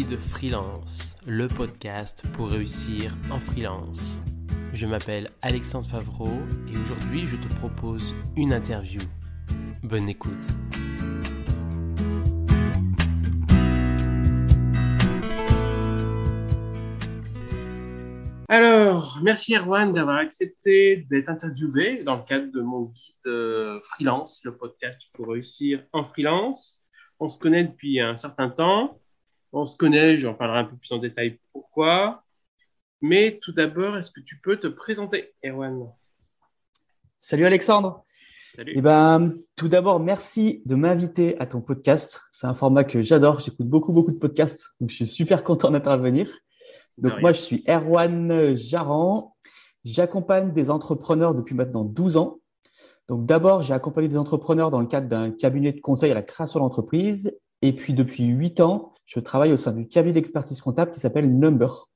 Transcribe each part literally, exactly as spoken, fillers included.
Guide Freelance, le podcast pour réussir en freelance. Je m'appelle Alexandre Favreau et aujourd'hui je te propose une interview. Bonne écoute. Alors, merci Erwan d'avoir accepté d'être interviewé dans le cadre de mon guide euh, freelance, le podcast pour réussir en freelance. On se connaît depuis un certain temps. On se connaît, j'en parlerai un peu plus en détail pourquoi. Mais tout d'abord, est-ce que tu peux te présenter, Erwan? Salut Alexandre. Salut. Eh ben, tout d'abord, merci de m'inviter à ton podcast. C'est un format que j'adore. J'écoute beaucoup, beaucoup de podcasts. Donc, je suis super content d'intervenir. Donc, moi, je suis Erwan Jarran. J'accompagne des entrepreneurs depuis maintenant douze ans. Donc, d'abord, j'ai accompagné des entrepreneurs dans le cadre d'un cabinet de conseil à la création d'entreprise. Et puis, depuis huit ans, je travaille au sein du cabinet d'expertise comptable qui s'appelle Number.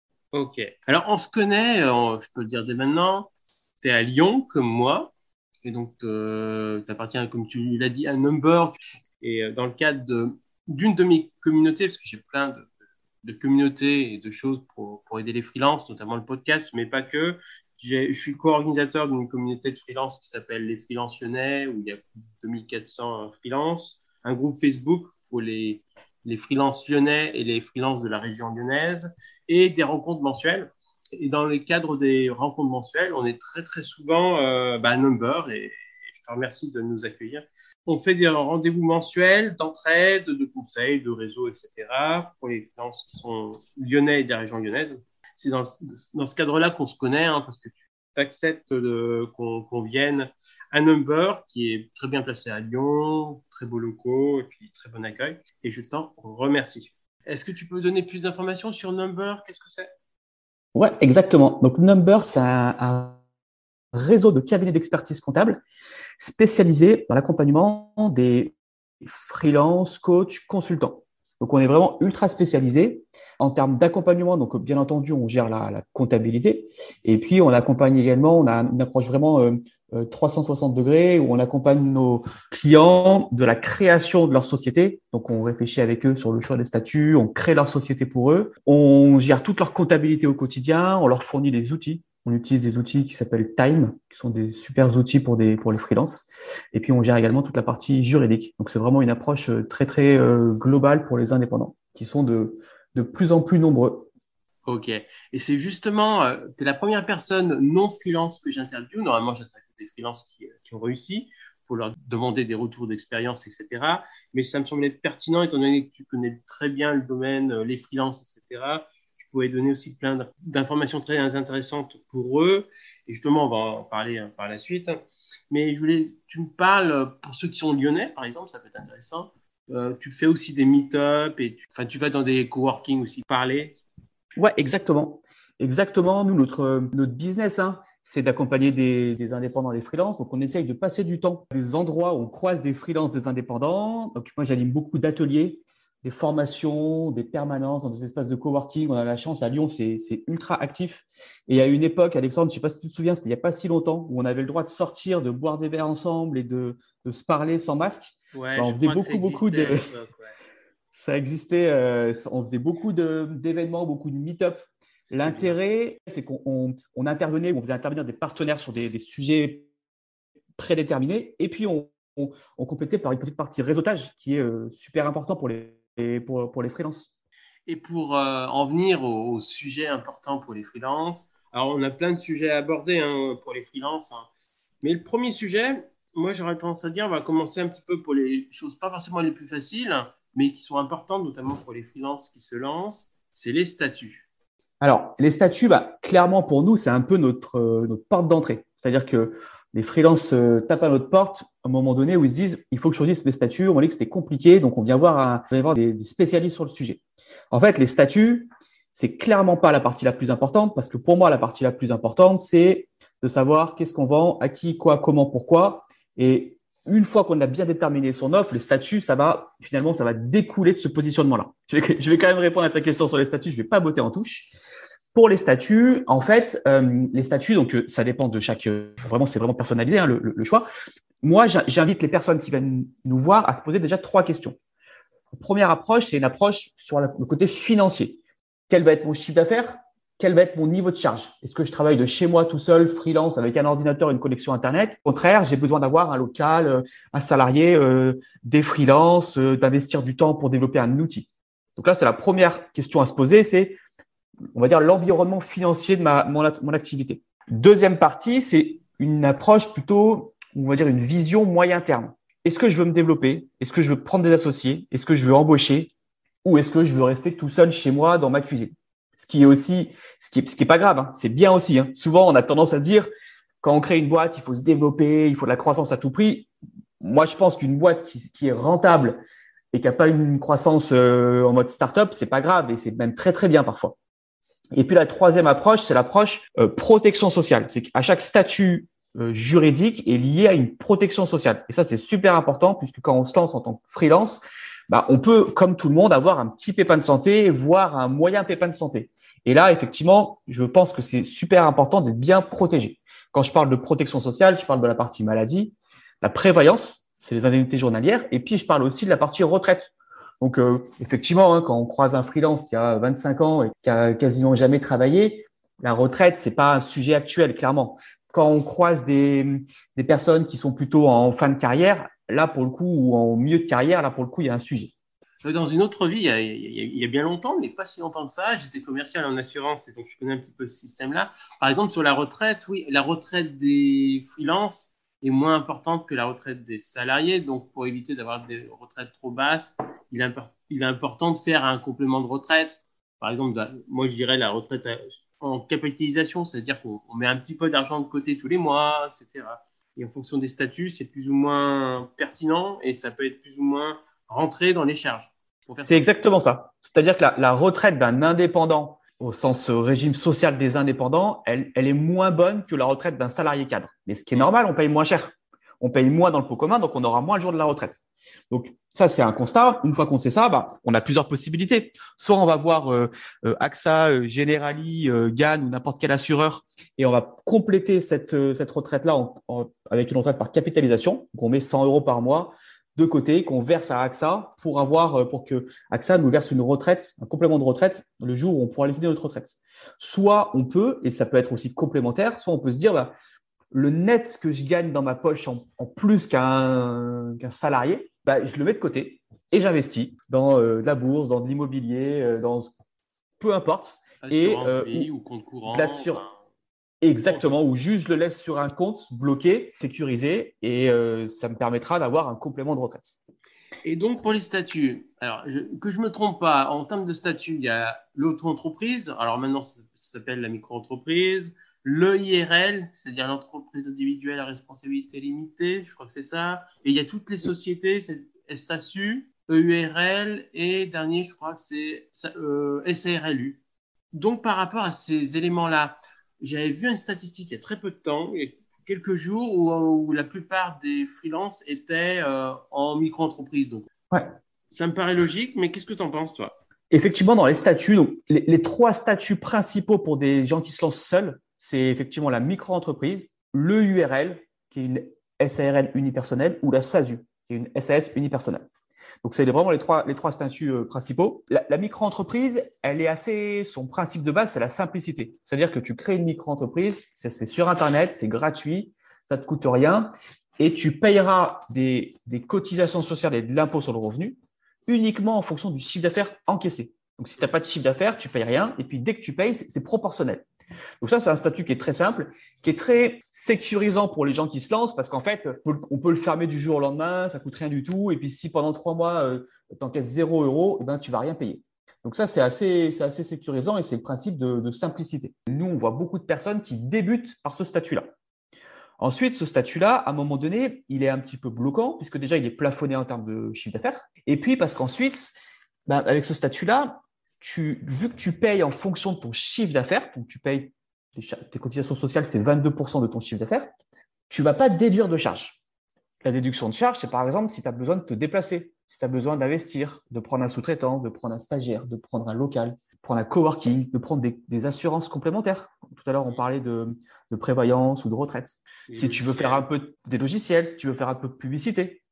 Ok. Alors, on se connaît, on, je peux le dire dès maintenant. Tu es à Lyon, comme moi. Et donc, euh, tu appartiens, comme tu l'as dit, à Number. Et euh, dans le cadre de, d'une de mes communautés, parce que j'ai plein de de communautés et de choses pour, pour aider les freelances, notamment le podcast, mais pas que. J'ai, je suis co-organisateur d'une communauté de freelance qui s'appelle les Freelances Lyonnais, où il y a plus de deux mille quatre cents freelances, un groupe Facebook pour les, les freelances lyonnais et les freelances de la région lyonnaise, et des rencontres mensuelles. Et dans les cadres des rencontres mensuelles, on est très, très souvent euh, bah, à Number, et, et je te remercie de nous accueillir. On fait des rendez-vous mensuels d'entraide, de conseils, de réseaux, et cetera pour les freelances qui sont lyonnais et de la région lyonnaise. C'est dans, dans ce cadre-là qu'on se connaît, hein, parce que tu acceptes de, qu'on, qu'on vienne à Number, qui est très bien placé à Lyon, très beaux locaux et puis très bon accueil. Et je t'en remercie. Est-ce que tu peux donner plus d'informations sur Number? Qu'est-ce que c'est? Ouais, exactement. Donc, Number, c'est un, un réseau de cabinets d'expertise comptable spécialisé dans l'accompagnement des freelance, coachs, consultants. Donc, on est vraiment ultra spécialisé en termes d'accompagnement. Donc, bien entendu, on gère la, la comptabilité. Et puis, on accompagne également, on a une approche vraiment euh, euh, trois cent soixante degrés où on accompagne nos clients de la création de leur société. Donc, on réfléchit avec eux sur le choix des statuts, on crée leur société pour eux. On gère toute leur comptabilité au quotidien, on leur fournit des outils. On utilise des outils qui s'appellent Time, qui sont des super outils pour des pour les freelances. Et puis, on gère également toute la partie juridique. Donc, c'est vraiment une approche très, très euh, globale pour les indépendants, qui sont de, de plus en plus nombreux. Ok. Et c'est justement, euh, tu es la première personne non freelance que j'interviewe. Normalement, j'interviewe des freelances qui, qui ont réussi pour leur demander des retours d'expérience, et cetera. Mais ça me semblait pertinent, étant donné que tu connais très bien le domaine, les freelances, et cetera. Tu pourrais donner aussi plein d'informations très intéressantes pour eux. Et justement, on va en parler hein, par la suite. Mais je voulais, tu me parles, pour ceux qui sont lyonnais, par exemple, ça peut être intéressant. Euh, tu fais aussi des meet-up et tu, enfin, tu vas dans des coworking aussi parler. Ouais, exactement. Exactement. Nous, notre, notre business, hein, c'est d'accompagner des, des indépendants, des freelances. Donc, on essaye de passer du temps à des endroits où on croise des freelances, des indépendants. Donc, moi, j'anime beaucoup d'ateliers, des formations, des permanences dans des espaces de coworking. On a la chance, à Lyon, c'est, c'est ultra actif. Et il y a une époque, Alexandre, je ne sais pas si tu te souviens, c'était il n'y a pas si longtemps, où on avait le droit de sortir, de boire des verres ensemble et de, de se parler sans masque. Ouais, Ben, on je faisait crois que ça beaucoup, beaucoup de… existait à l'époque, ouais. Ça existait, euh, on faisait beaucoup de, d'événements, beaucoup de meet-up. C'était bien. L'intérêt, c'est qu'on on, on intervenait, on faisait intervenir des partenaires sur des, des sujets prédéterminés, et puis on, on, on complétait par une petite partie réseautage qui est euh, super important pour les, pour, pour les freelances. Et pour euh, en venir au, au sujet important pour les freelances, alors on a plein de sujets à aborder hein, pour les freelances, hein. Mais le premier sujet, moi j'aurais tendance à dire, on va commencer un petit peu pour les choses pas forcément les plus faciles, mais qui sont importantes, notamment pour les freelances qui se lancent, c'est les statuts. Alors, les statuts, bah, clairement pour nous, c'est un peu notre, euh, notre porte d'entrée. C'est-à-dire que les freelances euh, tapent à notre porte à un moment donné où ils se disent il faut que je choisisse mes statuts. On m'a dit que c'était compliqué, donc on vient voir, un, on vient voir des, des spécialistes sur le sujet. En fait, les statuts, c'est clairement pas la partie la plus importante parce que pour moi, la partie la plus importante, c'est de savoir qu'est-ce qu'on vend, à qui, quoi, comment, pourquoi. Et une fois qu'on a bien déterminé son offre, les statuts, ça va finalement, ça va découler de ce positionnement-là. Je vais, je vais quand même répondre à ta question sur les statuts. Je vais pas botter en touche. Pour les statuts, en fait, euh, les statuts, donc euh, ça dépend de chaque. Euh, vraiment, c'est vraiment personnalisé hein, le, le, le choix. Moi, j'invite les personnes qui viennent nous voir à se poser déjà trois questions. Première approche, c'est une approche sur le côté financier. Quel va être mon chiffre d'affaires? Quel va être mon niveau de charge? Est-ce que je travaille de chez moi tout seul, freelance, avec un ordinateur et une connexion Internet? Au contraire, j'ai besoin d'avoir un local, un salarié, euh, des freelances, euh, d'investir du temps pour développer un outil. Donc là, c'est la première question à se poser, c'est, on va dire, l'environnement financier de ma, mon, mon activité. Deuxième partie, c'est une approche plutôt, on va dire, une vision moyen terme. Est-ce que je veux me développer? Est-ce que je veux prendre des associés? Est-ce que je veux embaucher? Ou est-ce que je veux rester tout seul chez moi dans ma cuisine? Ce qui est aussi, ce qui est, ce qui est pas grave, hein. C'est bien aussi, hein. Souvent, on a tendance à dire, quand on crée une boîte, il faut se développer, il faut de la croissance à tout prix. Moi, je pense qu'une boîte qui, qui est rentable et qui n'a pas une croissance euh, en mode startup, c'est pas grave et c'est même très très bien parfois. Et puis la troisième approche, c'est l'approche euh, protection sociale. C'est qu'à chaque statut euh, juridique est lié à une protection sociale. Et ça, c'est super important puisque quand on se lance en tant que freelance, bah, on peut, comme tout le monde, avoir un petit pépin de santé, voire un moyen pépin de santé. Et là, effectivement, je pense que c'est super important d'être bien protégé. Quand je parle de protection sociale, je parle de la partie maladie, la prévoyance, c'est les indemnités journalières, et puis je parle aussi de la partie retraite. Donc, euh, effectivement, hein, quand on croise un freelance qui a vingt-cinq ans et qui a quasiment jamais travaillé, la retraite, c'est pas un sujet actuel, clairement. Quand on croise des, des personnes qui sont plutôt en fin de carrière, là, pour le coup, ou en milieu de carrière, là, pour le coup, il y a un sujet. Dans une autre vie, il y, a, il, y a, il y a bien longtemps, mais pas si longtemps que ça, j'étais commercial en assurance et donc je connais un petit peu ce système-là. Par exemple, sur la retraite, oui, la retraite des freelances est moins importante que la retraite des salariés. Donc, pour éviter d'avoir des retraites trop basses, il est, il est important de faire un complément de retraite. Par exemple, moi, je dirais la retraite en capitalisation, c'est-à-dire qu'on met un petit peu d'argent de côté tous les mois, et cetera. Et en fonction des statuts, c'est plus ou moins pertinent et ça peut être plus ou moins rentré dans les charges. C'est exactement ça. C'est-à-dire que la, la retraite d'un indépendant, au sens régime social des indépendants, elle, elle est moins bonne que la retraite d'un salarié cadre. Mais ce qui est normal, on paye moins cher. On paye moins dans le pot commun, donc on aura moins le jour de la retraite. Donc ça, c'est un constat. Une fois qu'on sait ça, bah, on a plusieurs possibilités. Soit on va voir euh, euh, AXA, euh, Generali, euh, Gann ou n'importe quel assureur et on va compléter cette, euh, cette retraite-là en, en, avec une retraite par capitalisation. Donc on met cent euros par mois de côté qu'on verse à AXA pour avoir, pour que AXA nous verse une retraite, un complément de retraite le jour où on pourra liquider notre retraite. Soit on peut, et ça peut être aussi complémentaire, soit on peut se dire, bah, le net que je gagne dans ma poche en, en plus qu'un qu'un salarié, bah, je le mets de côté et j'investis dans euh, de la bourse, dans de l'immobilier, euh, dans peu importe. Assurance et, euh, vie ou, ou compte courant. Exactement, ou juste je le laisse sur un compte bloqué, sécurisé, et euh, ça me permettra d'avoir un complément de retraite. Et donc, pour les statuts, alors je, que je ne me trompe pas, en termes de statut, il y a l'auto-entreprise, alors maintenant ça, ça s'appelle la micro-entreprise, le I R L, c'est-à-dire l'entreprise individuelle à responsabilité limitée, je crois que c'est ça, et il y a toutes les sociétés, c'est S A S U, E U R L, et dernier, je crois que c'est euh, S A R L U. Donc, par rapport à ces éléments-là, j'avais vu une statistique il y a très peu de temps, il y a quelques jours, où, où la plupart des freelances étaient euh, en micro-entreprise. Donc, ouais. Ça me paraît logique, mais qu'est-ce que tu en penses, toi? Effectivement, dans les statuts, donc, les, les trois statuts principaux pour des gens qui se lancent seuls, c'est effectivement la micro-entreprise, le U R L, qui est une S A R L unipersonnelle, ou la S A S U, qui est une S A S unipersonnelle. Donc, c'est vraiment les trois, les trois statuts euh, principaux. La, la micro-entreprise, elle est assez, son principe de base, c'est la simplicité. C'est-à-dire que tu crées une micro-entreprise, ça se fait sur Internet, c'est gratuit, ça ne te coûte rien, et tu payeras des, des cotisations sociales et de l'impôt sur le revenu uniquement en fonction du chiffre d'affaires encaissé. Donc, si tu n'as pas de chiffre d'affaires, tu ne payes rien, et puis dès que tu payes, c'est, c'est proportionnel. Donc ça, c'est un statut qui est très simple, qui est très sécurisant pour les gens qui se lancent parce qu'en fait, on peut le fermer du jour au lendemain, ça coûte rien du tout. Et puis, si pendant trois mois, euh, tu encaisses zéro euro, eh ben, tu vas rien payer. Donc ça, c'est assez, c'est assez sécurisant et c'est le principe de, de simplicité. Nous, on voit beaucoup de personnes qui débutent par ce statut-là. Ensuite, ce statut-là, à un moment donné, il est un petit peu bloquant puisque déjà, il est plafonné en termes de chiffre d'affaires. Et puis, parce qu'ensuite, ben, avec ce statut-là, Tu, vu que tu payes en fonction de ton chiffre d'affaires, donc tu payes tes, tes cotisations sociales, c'est vingt-deux pour cent de ton chiffre d'affaires, tu ne vas pas déduire de charges. La déduction de charges, c'est par exemple si tu as besoin de te déplacer, si tu as besoin d'investir, de prendre un sous-traitant, de prendre un stagiaire, de prendre un local, de prendre un coworking, de prendre des, des assurances complémentaires. Tout à l'heure, on parlait de, de prévoyance ou de retraite. Les si logiciels. Tu veux faire un peu des logiciels, si tu veux faire un peu de publicité,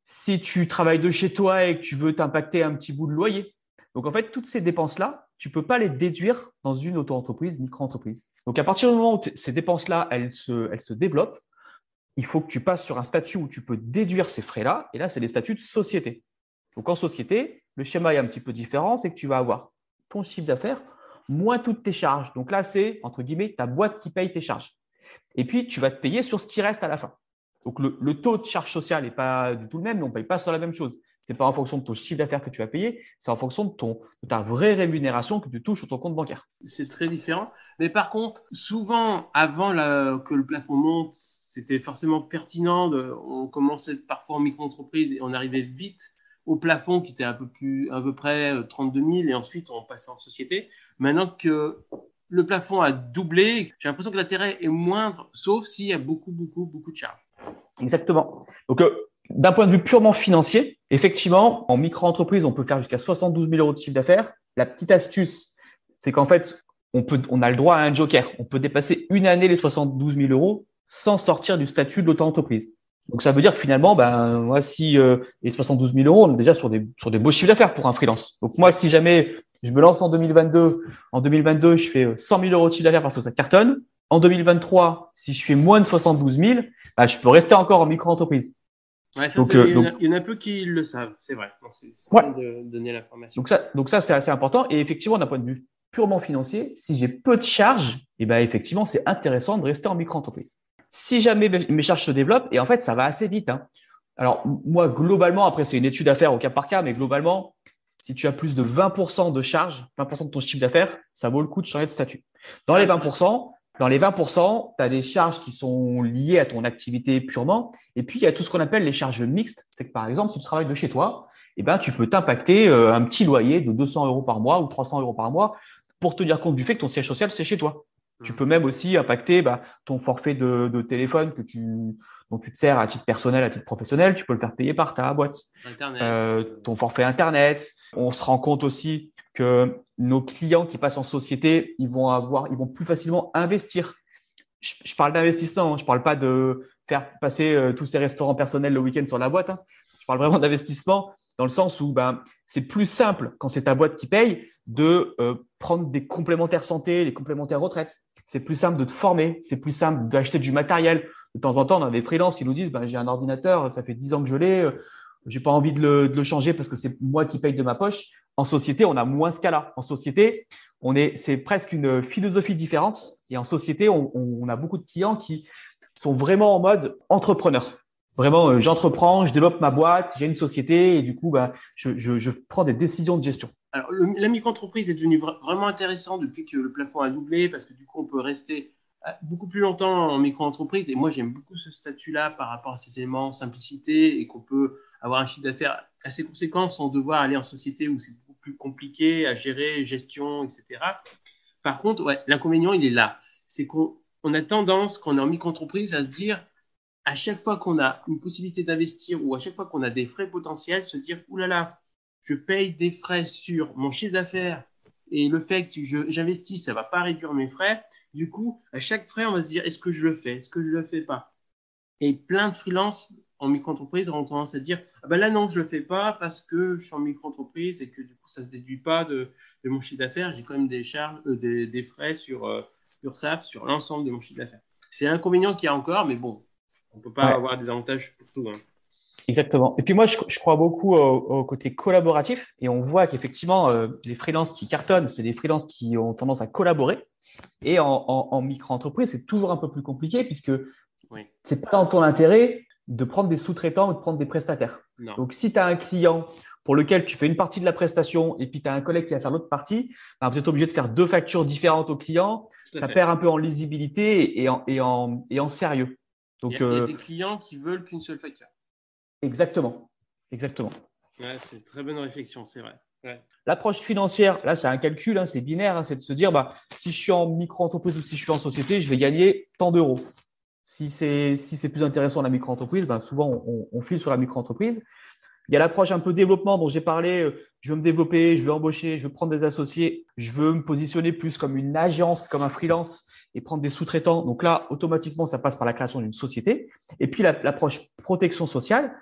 si tu travailles de chez toi et que tu veux t'impacter un petit bout de loyer. Donc, en fait, toutes ces dépenses-là, tu ne peux pas les déduire dans une auto-entreprise, micro-entreprise. Donc, à partir du moment où ces dépenses-là, elles se, elles se développent, il faut que tu passes sur un statut où tu peux déduire ces frais-là. Et là, c'est les statuts de société. Donc, en société, le schéma est un petit peu différent. C'est que tu vas avoir ton chiffre d'affaires moins toutes tes charges. Donc là, c'est, entre guillemets, ta boîte qui paye tes charges. Et puis, tu vas te payer sur ce qui reste à la fin. Donc, le, le taux de charge sociale n'est pas du tout le même, mais on ne paye pas sur la même chose. Ce n'est pas en fonction de ton chiffre d'affaires que tu vas payer, c'est en fonction de, ton, de ta vraie rémunération que tu touches sur ton compte bancaire. C'est très différent. Mais par contre, souvent, avant la, que le plafond monte, c'était forcément pertinent. De, on commençait parfois en micro-entreprise et on arrivait vite au plafond qui était à peu, plus, à peu près trente-deux mille et ensuite on passait en société. Maintenant que le plafond a doublé, j'ai l'impression que l'intérêt est moindre, sauf s'il y a beaucoup, beaucoup, beaucoup de charges. Exactement. Donc, euh, d'un point de vue purement financier, effectivement, en micro-entreprise, on peut faire jusqu'à soixante-douze mille euros de chiffre d'affaires. La petite astuce, c'est qu'en fait, on, peut, on a le droit à un joker. On peut dépasser une année les soixante-douze mille euros sans sortir du statut de l'auto-entreprise. Donc, ça veut dire que finalement, ben, moi, si euh, les soixante-douze mille euros, on est déjà sur des, sur des beaux chiffres d'affaires pour un freelance. Donc, moi, si jamais je me lance en deux mille vingt-deux, en deux mille vingt-deux, je fais cent mille euros de chiffre d'affaires parce que ça cartonne. En deux mille vingt-trois, si je fais moins de soixante-douze mille, ben, je peux rester encore en micro-entreprise. Ouais, ça, donc, euh, il, y en a, donc, il y en a peu qui le savent, c'est vrai. C'est ouais. bien de donner l'information. Donc ça, donc ça c'est assez important. Et effectivement, d'un point de vue purement financier, si j'ai peu de charges, eh ben, effectivement, c'est intéressant de rester en micro-entreprise. Si jamais mes charges se développent, et en fait, ça va assez vite. Hein. Alors, moi, globalement, après, c'est une étude à faire au cas par cas, mais globalement, si tu as plus de vingt pour cent de charges, vingt pour cent de ton chiffre d'affaires, ça vaut le coup de changer de statut. Dans les vingt pour cent, Dans les vingt pour cent, tu as des charges qui sont liées à ton activité purement. Et puis, il y a tout ce qu'on appelle les charges mixtes. C'est que, par exemple, si tu travailles de chez toi, eh ben, tu peux t'impacter un petit loyer de deux cents euros par mois ou trois cents euros par mois pour tenir compte du fait que ton siège social, c'est chez toi. Mmh. Tu peux même aussi impacter bah, ton forfait de, de téléphone que tu, dont tu te sers à titre personnel, à titre professionnel. Tu peux le faire payer par ta boîte. Internet. Euh, ton forfait Internet. On se rend compte aussi que nos clients qui passent en société, ils vont avoir, ils vont plus facilement investir. Je, je parle d'investissement, hein, je parle pas de faire passer euh, tous ces restaurants personnels le week-end sur la boîte. Hein. Je parle vraiment d'investissement dans le sens où ben, c'est plus simple quand c'est ta boîte qui paye de euh, prendre des complémentaires santé, les complémentaires retraite. C'est plus simple de te former, c'est plus simple d'acheter du matériel. De temps en temps, on a des freelances qui nous disent ben, j'ai un ordinateur, ça fait dix ans que je l'ai, euh, j'ai pas envie de le, de le changer parce que c'est moi qui paye de ma poche. En société, on a moins ce cas-là. En société, on est, c'est presque une philosophie différente. Et en société, on, on a beaucoup de clients qui sont vraiment en mode entrepreneur. Vraiment, euh, j'entreprends, je développe ma boîte, j'ai une société et du coup, bah, je, je, je prends des décisions de gestion. Alors, le, la micro-entreprise est devenue vra- vraiment intéressante depuis que le plafond a doublé parce que du coup, on peut rester beaucoup plus longtemps en micro-entreprise. Et moi, j'aime beaucoup ce statut-là par rapport à ces éléments simplicité et qu'on peut avoir un chiffre d'affaires assez conséquent sans devoir aller en société où c'est beaucoup plus compliqué à gérer, gestion, et cetera. Par contre, ouais, l'inconvénient, il est là. C'est qu'on on a tendance, quand on est en micro-entreprise, à se dire, à chaque fois qu'on a une possibilité d'investir ou à chaque fois qu'on a des frais potentiels, se dire, oulala, je paye des frais sur mon chiffre d'affaires et le fait que je, j'investis, ça ne va pas réduire mes frais. Du coup, à chaque frais, on va se dire, est-ce que je le fais? Est-ce que je ne le fais pas? Et plein de freelances en micro-entreprise auront tendance à dire, ah ben là, non, je ne le fais pas parce que je suis en micro-entreprise et que du coup, ça ne se déduit pas de, de mon chiffre d'affaires. J'ai quand même des charges, euh, des, des frais sur euh, URSSAF, sur l'ensemble de mon chiffre d'affaires. C'est l'inconvénient qu'il y a encore, mais bon, on ne peut pas ouais. avoir des avantages pour tout. Hein. Exactement. Et puis moi, je, je crois beaucoup au, au côté collaboratif et on voit qu'effectivement, euh, les freelances qui cartonnent, c'est des freelances qui ont tendance à collaborer. Et en, en, en micro-entreprise, c'est toujours un peu plus compliqué puisque oui. c'est pas dans ton intérêt de prendre des sous-traitants ou de prendre des prestataires. Non. Donc, si tu as un client pour lequel tu fais une partie de la prestation et puis tu as un collègue qui va faire l'autre partie, ben vous êtes obligé de faire deux factures différentes au client. Ça fait. perd un peu en lisibilité et en, et en, et en sérieux. Donc, il y a, euh, il y a des clients qui veulent qu'une seule facture. Exactement. Exactement. Ouais, c'est une très bonne réflexion, c'est vrai. Ouais. L'approche financière, là, c'est un calcul, hein, c'est binaire, hein, c'est de se dire, bah, si je suis en micro-entreprise ou si je suis en société, je vais gagner tant d'euros. Si c'est si c'est plus intéressant la micro-entreprise, bah, souvent, on, on file sur la micro-entreprise. Il y a l'approche un peu développement dont j'ai parlé. Je veux me développer, je veux embaucher, je veux prendre des associés, je veux me positionner plus comme une agence, comme un freelance et prendre des sous-traitants. Donc là, automatiquement, ça passe par la création d'une société. Et puis, la, l'approche protection sociale.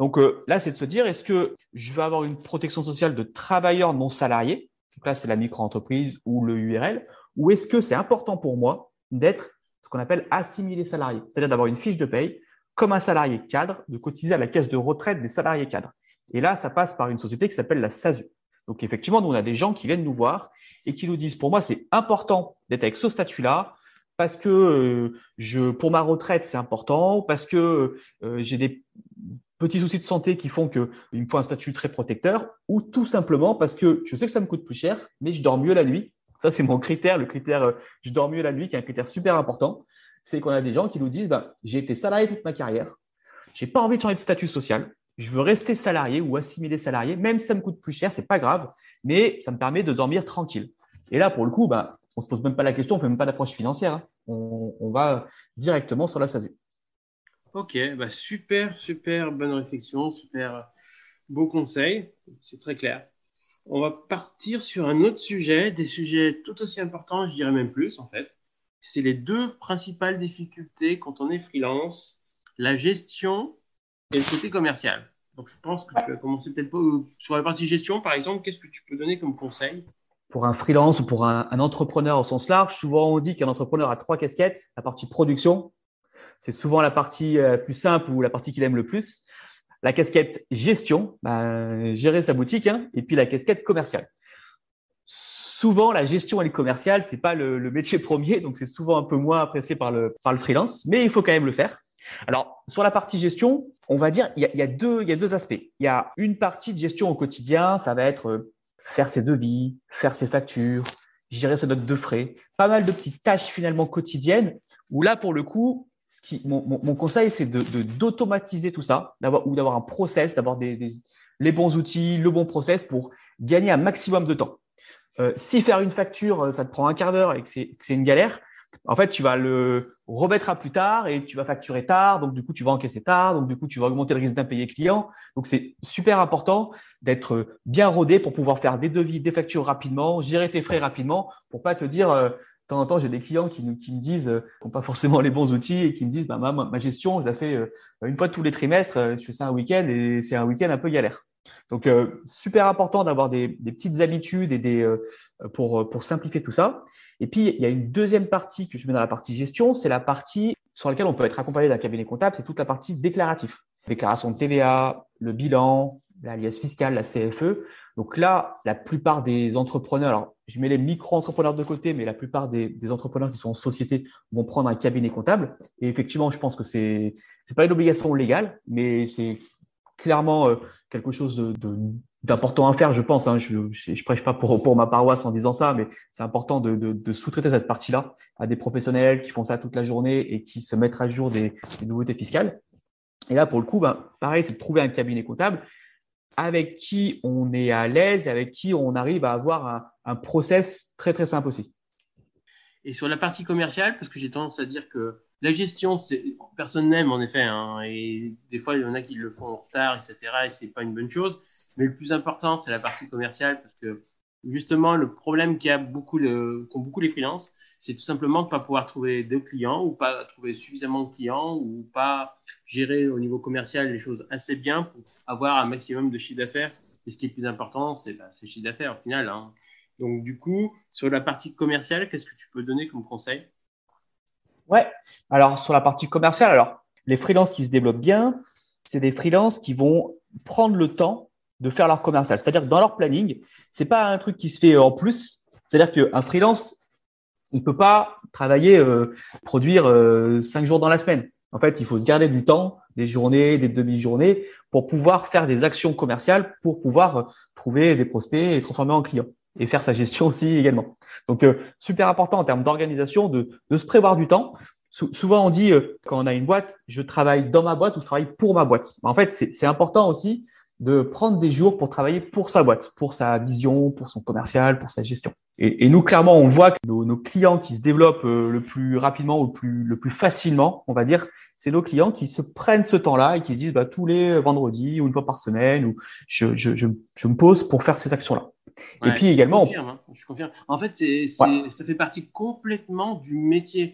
Donc euh, là, c'est de se dire, est-ce que je vais avoir une protection sociale de travailleur non salarié? Donc là, c'est la micro-entreprise ou le U R L. Ou est-ce que c'est important pour moi d'être ce qu'on appelle assimilé salarié, c'est-à-dire d'avoir une fiche de paye comme un salarié cadre, de cotiser à la caisse de retraite des salariés cadres. Et là, ça passe par une société qui s'appelle la SASU. Donc effectivement, nous, on a des gens qui viennent nous voir et qui nous disent, pour moi, c'est important d'être avec ce statut-là parce que euh, je, pour ma retraite, c'est important, parce que euh, j'ai des petits soucis de santé qui font qu'il me faut un statut très protecteur, ou tout simplement parce que je sais que ça me coûte plus cher, mais je dors mieux la nuit. Ça, c'est mon critère, le critère euh, je dors mieux la nuit, qui est un critère super important. C'est qu'on a des gens qui nous disent, bah, j'ai été salarié toute ma carrière, j'ai pas envie de changer de statut social, je veux rester salarié ou assimilé salarié, même si ça me coûte plus cher, c'est pas grave, mais ça me permet de dormir tranquille. Et là, pour le coup, bah, on se pose même pas la question, on fait même pas d'approche financière, hein. On, on va directement sur la SASU. Ok, bah super, super bonne réflexion, super beau conseil, c'est très clair. On va partir sur un autre sujet, des sujets tout aussi importants, je dirais même plus en fait. C'est les deux principales difficultés quand on est freelance, la gestion et le côté commercial. Donc je pense que tu vas commencer peut-être pas sur la partie gestion par exemple, qu'est-ce que tu peux donner comme conseil? Pour un freelance ou pour un, un entrepreneur au sens large, souvent on dit qu'un entrepreneur a trois casquettes. La partie production, c'est souvent la partie euh, plus simple ou la partie qu'il aime le plus. La casquette gestion, bah, gérer sa boutique, hein, et puis la casquette commerciale. Souvent, la gestion et le commercial, c'est pas le, le métier premier, donc c'est souvent un peu moins apprécié par le, par le freelance, mais il faut quand même le faire. Alors, sur la partie gestion, on va dire, il y a, il y a deux, il y a deux aspects. Il y a une partie de gestion au quotidien, ça va être euh, faire ses devis, faire ses factures, gérer ses notes de frais, pas mal de petites tâches finalement quotidiennes, où là, pour le coup, ce qui, mon, mon, mon conseil, c'est de, de, d'automatiser tout ça, d'avoir, ou d'avoir un process, d'avoir des, des, les bons outils, le bon process pour gagner un maximum de temps. Euh, si faire une facture, ça te prend un quart d'heure et que c'est, que c'est une galère, en fait, tu vas le remettre à plus tard et tu vas facturer tard. Donc, du coup, tu vas encaisser tard. Donc, du coup, tu vas augmenter le risque d'impayé client. Donc, c'est super important d'être bien rodé pour pouvoir faire des devis, des factures rapidement, gérer tes frais rapidement pour pas te dire, euh, de temps en temps, j'ai des clients qui, nous, qui me disent, euh, qui n'ont pas forcément les bons outils et qui me disent, bah, ma, ma gestion, je la fais euh, une fois tous les trimestres. Euh, je fais ça un week-end et c'est un week-end un peu galère. Donc, euh, super important d'avoir des, des petites habitudes et des, euh, pour, pour simplifier tout ça. Et puis, il y a une deuxième partie que je mets dans la partie gestion, c'est la partie sur laquelle on peut être accompagné d'un cabinet comptable, c'est toute la partie déclaratif. Déclaration de T V A, le bilan, l'alias fiscal, la C F E. Donc là, la plupart des entrepreneurs, alors je mets les micro-entrepreneurs de côté, mais la plupart des, des entrepreneurs qui sont en société vont prendre un cabinet comptable. Et effectivement, je pense que c'est c'est pas une obligation légale, mais c'est clairement euh, quelque chose de, de, d'important à faire, je pense. Hein. Je, je, je prêche pas pour, pour ma paroisse en disant ça, mais c'est important de, de, de sous-traiter cette partie-là à des professionnels qui font ça toute la journée et qui se mettent à jour des, des nouveautés fiscales. Et là, pour le coup, ben, pareil, c'est de trouver un cabinet comptable avec qui on est à l'aise et avec qui on arrive à avoir un, un process très, très simple aussi. Et sur la partie commerciale, parce que j'ai tendance à dire que la gestion, c'est, personne n'aime en effet, hein, et des fois il y en a qui le font en retard, et cetera. Et c'est pas une bonne chose. Mais le plus important, c'est la partie commerciale, parce que justement, le problème qu'il y a beaucoup, le, qu'ont beaucoup les freelances, c'est tout simplement de pas pouvoir trouver de clients ou pas trouver suffisamment de clients ou pas gérer au niveau commercial les choses assez bien pour avoir un maximum de chiffre d'affaires. Et ce qui est le plus important, c'est bah, c'est le chiffre d'affaires au final, hein. Donc, du coup, sur la partie commerciale, qu'est-ce que tu peux donner comme conseil? Ouais. Alors, sur la partie commerciale, alors, les freelances qui se développent bien, c'est des freelances qui vont prendre le temps de faire leur commercial. C'est-à-dire que dans leur planning, c'est pas un truc qui se fait en plus. C'est-à-dire qu'un freelance, il peut pas travailler, euh, produire euh, cinq jours dans la semaine. En fait, il faut se garder du temps, des journées, des demi-journées, pour pouvoir faire des actions commerciales, pour pouvoir euh, trouver des prospects et les transformer en clients et faire sa gestion aussi également. Donc, euh, super important en termes d'organisation de, de se prévoir du temps. Sou- souvent, on dit euh, quand on a une boîte, je travaille dans ma boîte ou je travaille pour ma boîte. En fait, c'est c'est important aussi de prendre des jours pour travailler pour sa boîte, pour sa vision, pour son commercial, pour sa gestion. Et, et nous, clairement, on voit que nos, nos clients qui se développent euh, le plus rapidement ou le plus, le plus facilement, on va dire, c'est nos clients qui se prennent ce temps-là et qui se disent bah, tous les vendredis ou une fois par semaine, ou je, je, je, je me pose pour faire ces actions-là. Et Ouais, puis je également, confirme, hein, je confirme. En fait, c'est, ouais, c'est, ça fait partie complètement du métier.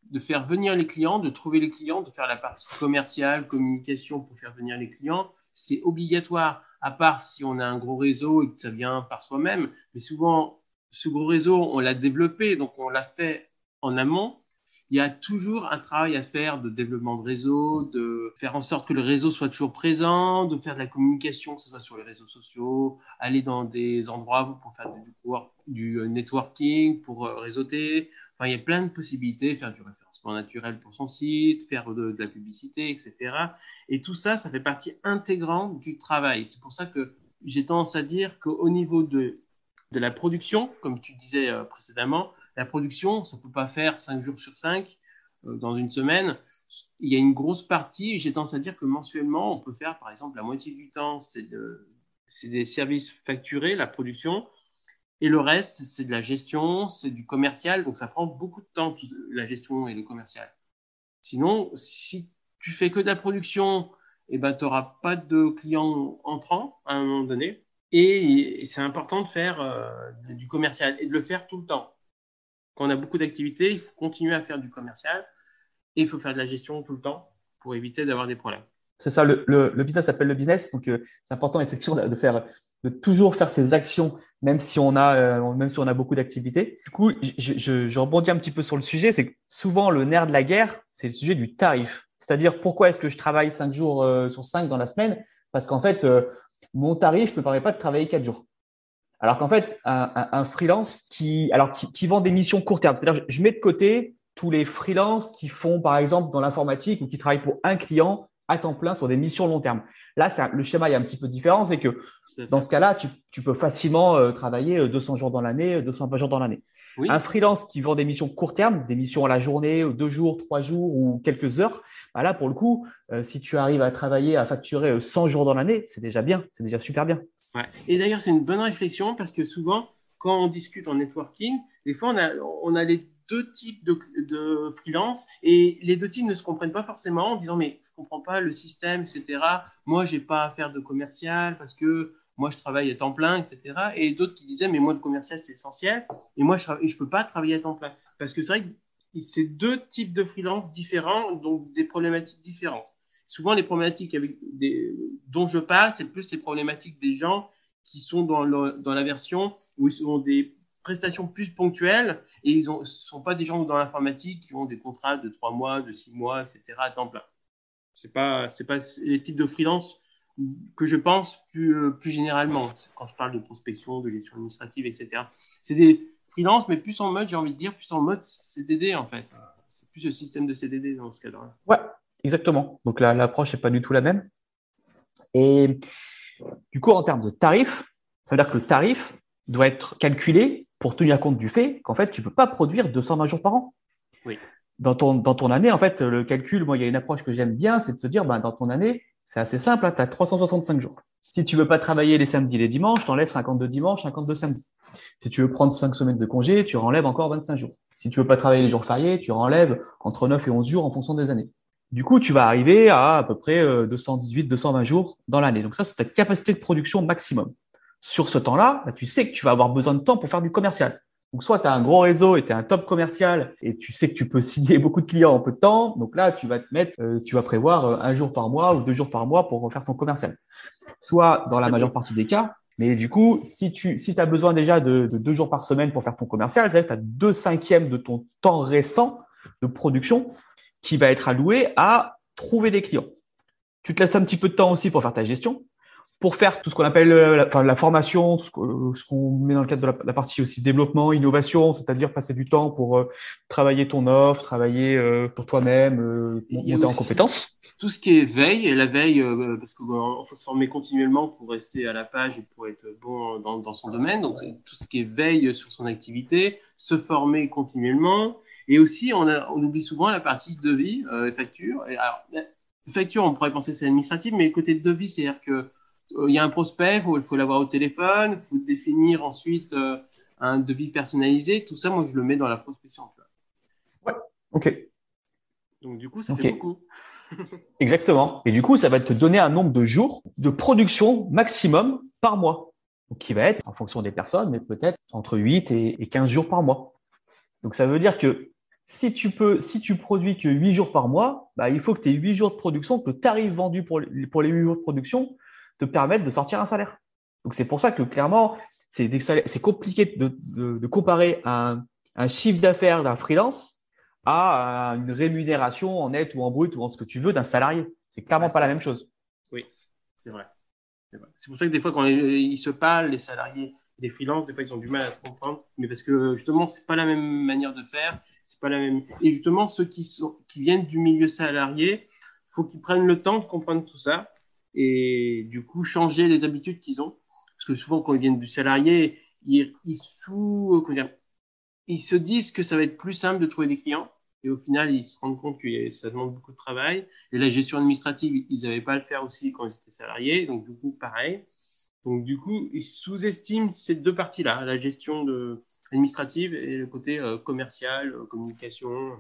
de faire venir les clients, de trouver les clients, de faire la partie commerciale, communication pour faire venir les clients, c'est obligatoire, à part si on a un gros réseau et que ça vient par soi-même. Mais souvent, ce gros réseau, on l'a développé, donc on l'a fait en amont. Il y a toujours un travail à faire de développement de réseau, de faire en sorte que le réseau soit toujours présent, de faire de la communication, que ce soit sur les réseaux sociaux, aller dans des endroits pour faire du, du networking, pour réseauter. Enfin, il y a plein de possibilités, faire du référencement naturel pour son site, faire de, de la publicité, et cetera. Et tout ça, ça fait partie intégrante du travail. C'est pour ça que j'ai tendance à dire qu'au niveau de, de la production, comme tu disais euh, précédemment, la production, ça ne peut pas faire cinq jours sur cinq euh, dans une semaine. Il y a une grosse partie, j'ai tendance à dire que mensuellement, on peut faire par exemple la moitié du temps, c'est, de, c'est des services facturés, la production, et le reste, c'est de la gestion, c'est du commercial, donc ça prend beaucoup de temps, la gestion et le commercial. Sinon, si tu fais que de la production, eh ben, tu n'auras pas de clients entrants à un moment donné, et, et c'est important de faire euh, du commercial et de le faire tout le temps. Quand on a beaucoup d'activités, il faut continuer à faire du commercial et il faut faire de la gestion tout le temps pour éviter d'avoir des problèmes. C'est ça, le, le, le business s'appelle le business. Donc, euh, c'est important effectivement de, faire, de toujours faire ces actions, même si on a, euh, même si on a beaucoup d'activités. Du coup, je, je, je rebondis un petit peu sur le sujet. C'est que souvent, le nerf de la guerre, c'est le sujet du tarif. C'est-à-dire, pourquoi est-ce que je travaille cinq jours euh, sur cinq dans la semaine? Parce qu'en fait, euh, mon tarif ne me permet pas de travailler quatre jours. Alors qu'en fait, un, un, un freelance qui, alors qui, qui vend des missions court terme, c'est-à-dire je mets de côté tous les freelances qui font, par exemple, dans l'informatique ou qui travaillent pour un client à temps plein sur des missions long terme. Là, c'est un, le schéma est un petit peu différent, c'est que dans ce cas-là, tu, tu peux facilement euh, travailler deux cents jours dans l'année, deux cent vingt jours dans l'année. Oui. Un freelance qui vend des missions court terme, des missions à la journée, deux jours, trois jours ou quelques heures, bah là, pour le coup, euh, si tu arrives à travailler, à facturer cent jours dans l'année, c'est déjà bien, c'est déjà super bien. Ouais. Et d'ailleurs, c'est une bonne réflexion parce que souvent, quand on discute en networking, des fois, on a, on a les deux types de, de freelance et les deux types ne se comprennent pas forcément en disant mais je ne comprends pas le système, et cetera. Moi, je n'ai pas à faire de commercial parce que moi, je travaille à temps plein, et cetera. Et d'autres qui disaient mais moi, le commercial, c'est essentiel et moi, je ne peux pas travailler à temps plein. Parce que c'est vrai que c'est deux types de freelance différents, donc des problématiques différentes. Souvent, les problématiques avec des, dont je parle, c'est plus les problématiques des gens qui sont dans, le, dans la version où ils ont des prestations plus ponctuelles et ils ne sont pas des gens dans l'informatique qui ont des contrats de trois mois, de six mois, et cetera à temps plein. Ce n'est pas, c'est pas les types de freelance que je pense plus, plus généralement quand je parle de prospection, de gestion administrative, et cetera. C'est des freelances, mais plus en mode, j'ai envie de dire, plus en mode C D D en fait. C'est plus le système de C D D dans ce cadre-là. Ouais. Exactement. Donc là, l'approche n'est pas du tout la même. Et du coup, en termes de tarif, ça veut dire que le tarif doit être calculé pour tenir compte du fait qu'en fait, tu ne peux pas produire deux cent vingt jours par an. Oui. Dans ton, dans ton année, en fait, le calcul, moi, il y a une approche que j'aime bien, c'est de se dire, ben, dans ton année, c'est assez simple, hein, tu as trois cent soixante-cinq jours. Si tu ne veux pas travailler les samedis et les dimanches, tu enlèves cinquante-deux dimanches, cinquante-deux samedis. Si tu veux prendre cinq semaines de congé, tu enlèves encore vingt-cinq jours. Si tu ne veux pas travailler les jours fériés, tu enlèves entre neuf et onze jours en fonction des années. Du coup, tu vas arriver à à peu près deux cent dix-huit, deux cent vingt jours dans l'année. Donc ça, c'est ta capacité de production maximum. Sur ce temps-là, tu sais que tu vas avoir besoin de temps pour faire du commercial. Donc soit tu as un gros réseau et tu es un top commercial et tu sais que tu peux signer beaucoup de clients en peu de temps. Donc là, tu vas te mettre, euh, tu vas prévoir un jour par mois ou deux jours par mois pour refaire ton commercial. Soit dans la majeure partie des cas, mais du coup, si tu si as besoin déjà de, de deux jours par semaine pour faire ton commercial, c'est-à-dire que tu as deux cinquièmes de ton temps restant de production qui va être alloué à trouver des clients. Tu te laisses un petit peu de temps aussi pour faire ta gestion, pour faire tout ce qu'on appelle la, enfin, la formation, tout ce, que, ce qu'on met dans le cadre de la, la partie aussi développement, innovation, c'est-à-dire passer du temps pour euh, travailler ton offre, travailler euh, pour toi-même, euh, monter en compétences. Tout ce qui est veille, et la veille, euh, parce qu'il euh, faut se former continuellement pour rester à la page et pour être bon dans, dans son domaine. Donc, c'est tout ce qui est veille sur son activité, se former continuellement. Et aussi, on, a, on oublie souvent la partie devis, euh, facture. Et alors, facture, on pourrait penser que c'est administratif, mais côté devis, c'est-à-dire que euh, il y a un prospect, il faut, faut l'avoir au téléphone, il faut définir ensuite euh, un devis personnalisé. Tout ça, moi, je le mets dans la prospection. Ouais, ok. Donc, du coup, ça okay. fait beaucoup. Exactement. Et du coup, ça va te donner un nombre de jours de production maximum par mois. Donc, qui va être, en fonction des personnes, mais peut-être entre huit et quinze jours par mois. Donc, ça veut dire que Si tu peux, si tu produis que huit jours par mois, bah, il faut que tes huit jours de production, que le tarif vendu pour, les- pour les huit jours de production te permette de sortir un salaire. Donc, c'est pour ça que clairement, c'est des salaires- c'est compliqué de, de- de comparer un, un chiffre d'affaires d'un freelance à une rémunération en net ou en brut ou en ce que tu veux d'un salarié. C'est Ouais, clairement pas c'est la vrai. même chose. Oui, c'est vrai. C'est vrai. C'est pour ça que des fois, quand ils ils se parlent, les salariés, les freelances, des fois, ils ont du mal à se comprendre. Mais parce que justement, c'est pas la même manière de faire, c'est pas la même. Et justement, ceux qui sont, qui viennent du milieu salarié, faut qu'ils prennent le temps de comprendre tout ça et du coup changer les habitudes qu'ils ont. Parce que souvent, quand ils viennent du salarié, ils, ils sous, euh, comment dire, ils se disent que ça va être plus simple de trouver des clients. Et au final, ils se rendent compte que ça demande beaucoup de travail. Et la gestion administrative, ils n'avaient pas à le faire aussi quand ils étaient salariés. Donc, du coup, pareil. Donc, du coup, ils sous-estiment ces deux parties-là, la gestion de, administrative et le côté euh, commercial, euh, communication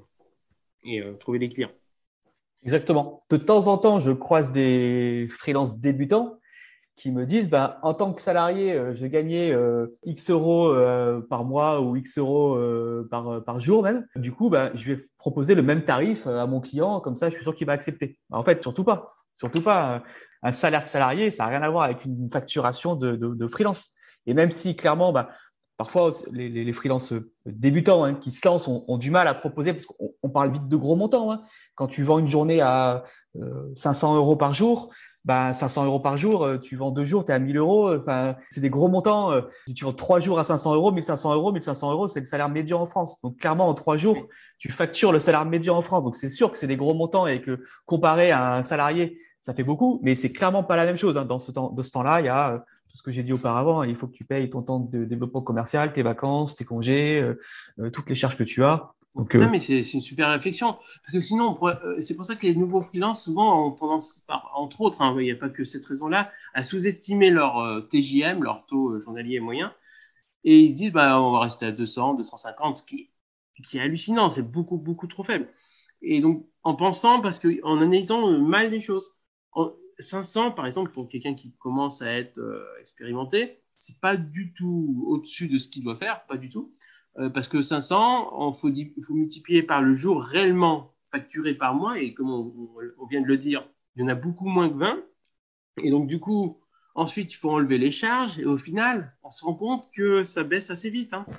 et euh, trouver des clients. Exactement. De temps en temps, je croise des freelances débutants qui me disent, ben, en tant que salarié, euh, je gagnais euh, X euros euh, par mois ou X euros euh, par, par jour même. Du coup, ben, je vais proposer le même tarif euh, à mon client, comme ça, je suis sûr qu'il va accepter. Ben, en fait, surtout pas. Surtout pas. Un salaire de salarié, ça n'a rien à voir avec une facturation de, de, de freelance. Et même si, clairement, ben, parfois, les, les, les freelances débutants hein, qui se lancent ont, ont, du mal à proposer, parce qu'on on parle vite de gros montants. Hein. Quand tu vends une journée à euh, cinq cents euros par jour, bah, cinq cents euros par jour, euh, tu vends deux jours, tu es à mille euros. Enfin, c'est des gros montants. euh, Si tu vends trois jours à cinq cents euros, mille cinq cents euros, mille cinq cents euros, c'est le salaire médian en France. Donc, clairement, en trois jours, Oui. tu factures le salaire médian en France. Donc, c'est sûr que c'est des gros montants et que comparé à un salarié, ça fait beaucoup, mais c'est clairement pas la même chose. Hein. Dans ce temps, de ce temps-là, il y a euh, tout ce que j'ai dit auparavant. Il faut que tu payes ton temps de développement commercial, tes vacances, tes congés, euh, euh, toutes les charges que tu as. Donc, Non, euh, mais c'est c'est une super réflexion. Parce que sinon, on pourrait- euh, c'est pour ça que les nouveaux freelances, souvent, ont tendance, par- entre autres, hein, il n'y a pas que cette raison-là, à sous-estimer leur euh, T J M, leur taux euh, journalier moyen. Et ils se disent, bah, on va rester à deux cents, deux cent cinquante, ce qui, qui est hallucinant. C'est beaucoup, beaucoup trop faible. Et donc, en pensant, parce que, en analysant euh, mal les choses, en, cinq cents, par exemple, pour quelqu'un qui commence à être euh, expérimenté, c'est pas du tout au-dessus de ce qu'il doit faire, pas du tout. Euh, parce que cinq cents, il faut, il faut multiplier par le jour réellement facturé par mois. Et comme on, on vient de le dire, il y en a beaucoup moins que vingt. Et donc, du coup, ensuite, il faut enlever les charges. Et au final, on se rend compte que ça baisse assez vite. Hein.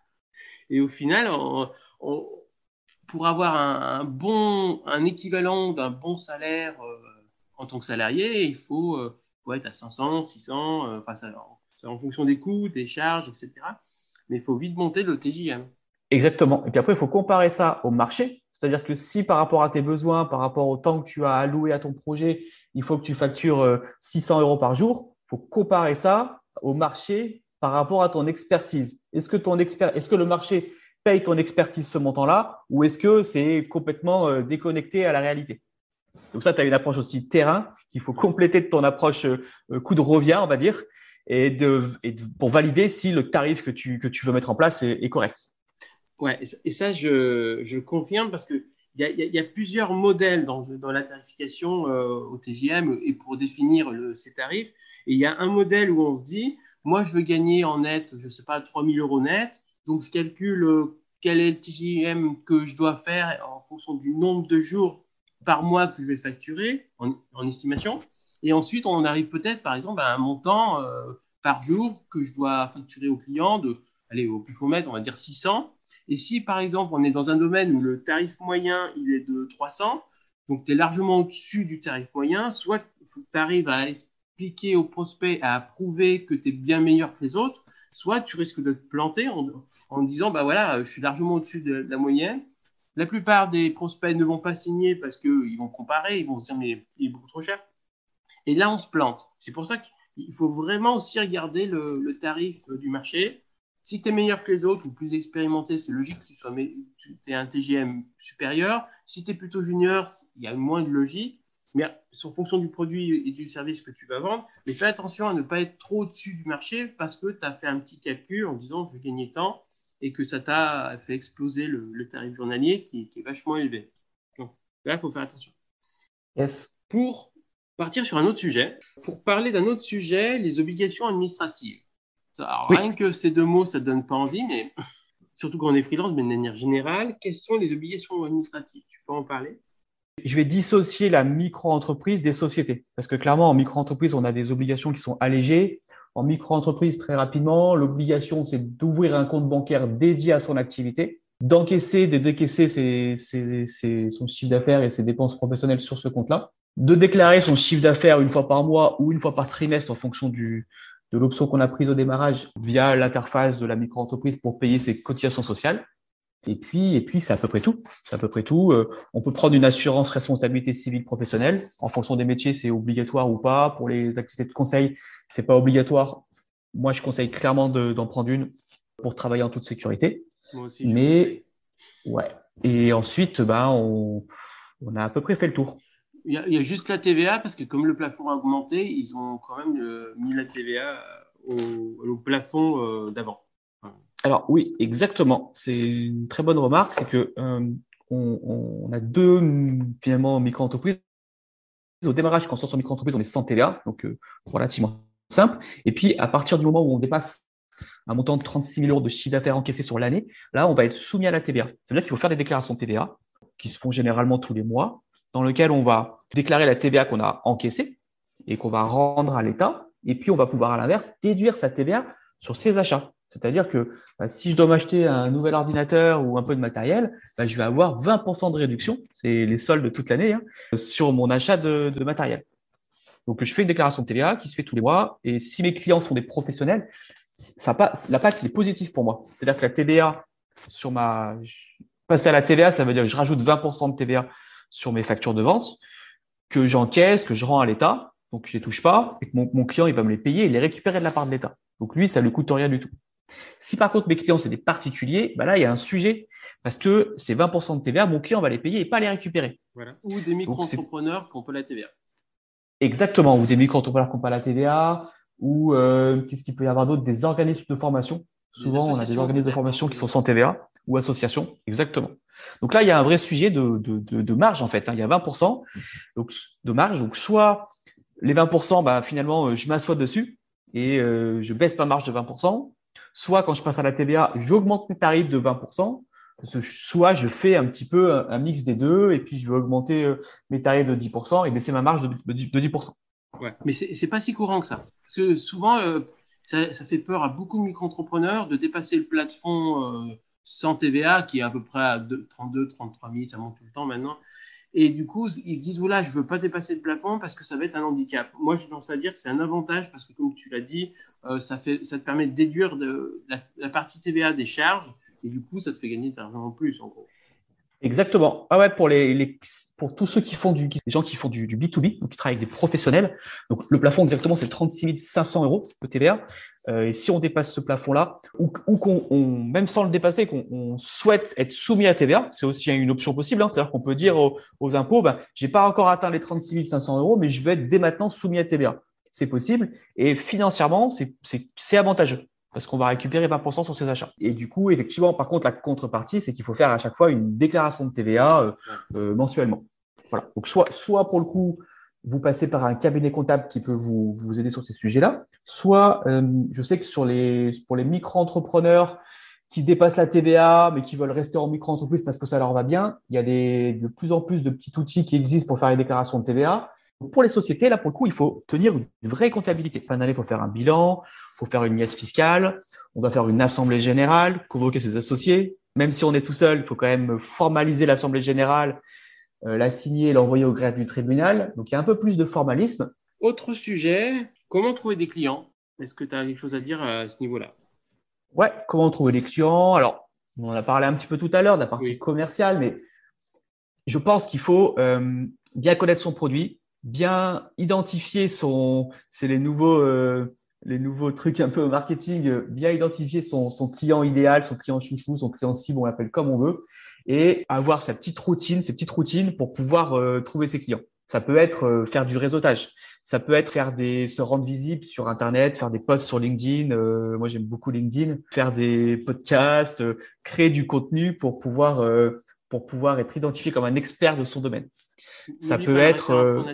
Et au final, on, on, pour avoir un, un, bon, un équivalent d'un bon salaire euh, en tant que salarié, il faut, euh, faut être à cinq cents, six cents, euh, enfin, ça, c'est en fonction des coûts, des charges, et cetera. Mais il faut vite monter le T J M. Exactement. Et puis après, il faut comparer ça au marché. C'est-à-dire que si par rapport à tes besoins, par rapport au temps que tu as alloué à ton projet, il faut que tu factures euh, six cents euros par jour, il faut comparer ça au marché par rapport à ton expertise. Est-ce que, ton expert, est-ce que le marché paye ton expertise ce montant-là ou est-ce que c'est complètement euh, déconnecté à la réalité? Donc ça, tu as une approche aussi terrain qu'il faut Ouais. compléter de ton approche euh, coût de revient, on va dire, et, de, et de- pour valider si le tarif que tu, que tu veux mettre en place est, est correct. Ouais, et ça, et ça, je, je confirme parce que il y a, il y a- il y a plusieurs modèles dans, dans la tarification euh, au T J M et pour définir le, ces tarifs. Et il y a un modèle où on se dit, moi, je veux gagner en net, je sais pas, trois mille euros net. Donc, je calcule euh, quel est le T J M que je dois faire en fonction du nombre de jours par mois que je vais facturer en, en estimation. Et ensuite, on arrive peut-être, par exemple, à un montant euh, par jour que je dois facturer au client de, allez, au plus mètre, on va dire six cents. Et si, par exemple, on est dans un domaine où le tarif moyen, il est de trois cents, donc tu es largement au-dessus du tarif moyen, soit tu arrives à expliquer au prospect, à prouver que tu es bien meilleur que les autres, soit tu risques de te planter en, en disant, bah voilà, je suis largement au-dessus de, de la moyenne. La plupart des prospects ne vont pas signer parce qu'ils vont comparer, ils vont se dire, mais il est beaucoup trop cher. Et là, on se plante. C'est pour ça qu'il faut vraiment aussi regarder le, le tarif du marché. Si tu es meilleur que les autres ou plus expérimenté, c'est logique que tu sois tu aies un T G M supérieur. Si tu es plutôt junior, il y a moins de logique. Mais c'est en fonction du produit et du service que tu vas vendre. Mais fais attention à ne pas être trop au-dessus du marché parce que tu as fait un petit calcul en disant je vais gagner tant et que ça t'a fait exploser le, le tarif journalier qui, qui est vachement élevé. Donc là, il faut faire attention. Yes. Pour partir sur un autre sujet, pour parler d'un autre sujet, les obligations administratives. Alors, Oui. rien que ces deux mots, ça ne donne pas envie, mais surtout quand on est freelance, mais de manière générale, quelles sont les obligations administratives? Tu peux en parler? Je vais dissocier la micro-entreprise des sociétés. Parce que clairement, en micro-entreprise, on a des obligations qui sont allégées. En micro-entreprise, très rapidement, l'obligation, c'est d'ouvrir un compte bancaire dédié à son activité, d'encaisser, de décaisser ses, ses, ses, son chiffre d'affaires et ses dépenses professionnelles sur ce compte-là, de déclarer son chiffre d'affaires une fois par mois ou une fois par trimestre en fonction du, de l'option qu'on a prise au démarrage via l'interface de la micro-entreprise pour payer ses cotisations sociales. Et puis, et puis, c'est à peu près tout. C'est à peu près tout. Euh, on peut prendre une assurance responsabilité civile professionnelle. En fonction des métiers, c'est obligatoire ou pas. Pour les activités de conseil, c'est pas obligatoire. Moi, je conseille clairement de, d'en prendre une pour travailler en toute sécurité. Moi aussi, je Mais, ouais. Et ensuite, ben, on, on a à peu près fait le tour. Il y, a, il y a juste la T V A, parce que comme le plafond a augmenté, ils ont quand même euh, mis la T V A au, au plafond euh, d'avant. Alors oui, exactement. C'est une très bonne remarque. C'est que euh, on, on a deux finalement micro-entreprises. Au démarrage, quand on sort en micro-entreprise, on est sans T V A, donc euh, relativement simple. Et puis à partir du moment où on dépasse un montant de trente-six mille euros de chiffre d'affaires encaissé sur l'année, là, on va être soumis à la T V A. Ça veut dire qu'il faut faire des déclarations de T V A qui se font généralement tous les mois, dans lesquelles on va déclarer la T V A qu'on a encaissée et qu'on va rendre à l'État. Et puis on va pouvoir à l'inverse déduire sa T V A sur ses achats. C'est-à-dire que bah, si je dois m'acheter un nouvel ordinateur ou un peu de matériel, bah, je vais avoir vingt pour cent de réduction, c'est les soldes de toute l'année, hein, sur mon achat de, de matériel. Donc, je fais une déclaration de T V A qui se fait tous les mois. Et si mes clients sont des professionnels, ça passe, l'impact est positif pour moi. C'est-à-dire que la T V A sur ma… Passer à la T V A, ça veut dire que je rajoute vingt pour cent de T V A sur mes factures de vente, que j'encaisse, que je rends à l'État, donc je ne les touche pas, et que mon, mon client il va me les payer et les récupérer de la part de l'État. Donc, lui, ça ne lui coûte rien du tout. Si par contre mes clients, c'est des particuliers, bah là, il y a un sujet parce que ces vingt pour cent de T V A, mon client va les payer et pas les récupérer. Voilà. Ou des micro-entrepreneurs qui n'ont pas la T V A. Exactement, ou des micro-entrepreneurs qui n'ont pas la T V A, ou euh, qu'est-ce qu'il peut y avoir d'autre? Des organismes de formation. Souvent, on a des organismes de formation qui sont sans T V A ou associations. Exactement. Donc là, il y a un vrai sujet de, de, de, de marge, en fait. Hein. Il y a vingt pour cent donc, de marge. Donc, soit les vingt pour cent, bah, finalement, je m'assois dessus et euh, je baisse ma marge de vingt pour cent. Soit quand je passe à la T V A, j'augmente mes tarifs de vingt pour cent. Soit je fais un petit peu un mix des deux et puis je vais augmenter mes tarifs de dix pour cent et baisser ma marge de dix pour cent. Ouais, mais c'est, c'est pas si courant que ça. Parce que souvent, euh, ça, ça fait peur à beaucoup de micro-entrepreneurs de dépasser le plafond euh, sans T V A qui est à peu près à trente-deux, trente-trois mille, ça monte tout le temps maintenant. Et du coup, ils se disent, voilà, je ne veux pas dépasser le plafond parce que ça va être un handicap. Moi, j'ai tendance à dire que c'est un avantage parce que, comme tu l'as dit, euh, ça, fait, ça te permet de déduire de, la, la partie T V A des charges et du coup, ça te fait gagner de l'argent en plus, en gros. Exactement. Ah ouais, pour les, les pour tous ceux qui font du, les gens qui font du, du B deux B, donc qui travaillent avec des professionnels. Donc le plafond exactement, c'est trente-six mille cinq cents euros de T V A. Euh, et si on dépasse ce plafond-là, ou, ou qu'on, on, même sans le dépasser, qu'on on souhaite être soumis à T V A, c'est aussi une option possible. Hein, c'est-à-dire qu'on peut dire aux, aux impôts, ben, j'ai pas encore atteint les trente-six mille cinq cents euros, mais je vais être dès maintenant soumis à T V A. C'est possible et financièrement, c'est, c'est, c'est avantageux. Parce qu'on va récupérer vingt pour cent sur ses achats. Et du coup, effectivement, par contre, la contrepartie, c'est qu'il faut faire à chaque fois une déclaration de T V A euh, euh, mensuellement. Voilà. Donc, soit, soit pour le coup, vous passez par un cabinet comptable qui peut vous, vous aider sur ces sujets-là, soit euh, je sais que sur les, pour les micro-entrepreneurs qui dépassent la T V A, mais qui veulent rester en micro-entreprise parce que ça leur va bien, il y a des, de plus en plus de petits outils qui existent pour faire les déclarations de T V A. Pour les sociétés, là, pour le coup, il faut tenir une vraie comptabilité. Fin d'année, il faut faire un bilan, il faut faire une liasse fiscale, on doit faire une assemblée générale, convoquer ses associés. Même si on est tout seul, il faut quand même formaliser l'assemblée générale, euh, la signer et l'envoyer au greffe du tribunal. Donc, il y a un peu plus de formalisme. Autre sujet, comment trouver des clients? Est-ce que tu as quelque chose à dire à ce niveau-là? Ouais, comment trouver des clients? Alors, on en a parlé un petit peu tout à l'heure de la partie oui. commerciale, mais je pense qu'il faut euh, bien connaître son produit, bien identifier son, c'est les nouveaux, euh, les nouveaux trucs un peu marketing, euh, bien identifier son, son client idéal, son client chouchou, son client cible, on l'appelle comme on veut, et avoir sa petite routine, ses petites routines pour pouvoir euh, trouver ses clients. Ça peut être euh, faire du réseautage, ça peut être faire des, se rendre visible sur Internet, faire des posts sur LinkedIn. Euh, moi, j'aime beaucoup LinkedIn, faire des podcasts, euh, créer du contenu pour pouvoir euh, pour pouvoir être identifié comme un expert de son domaine. Ça peut être, euh,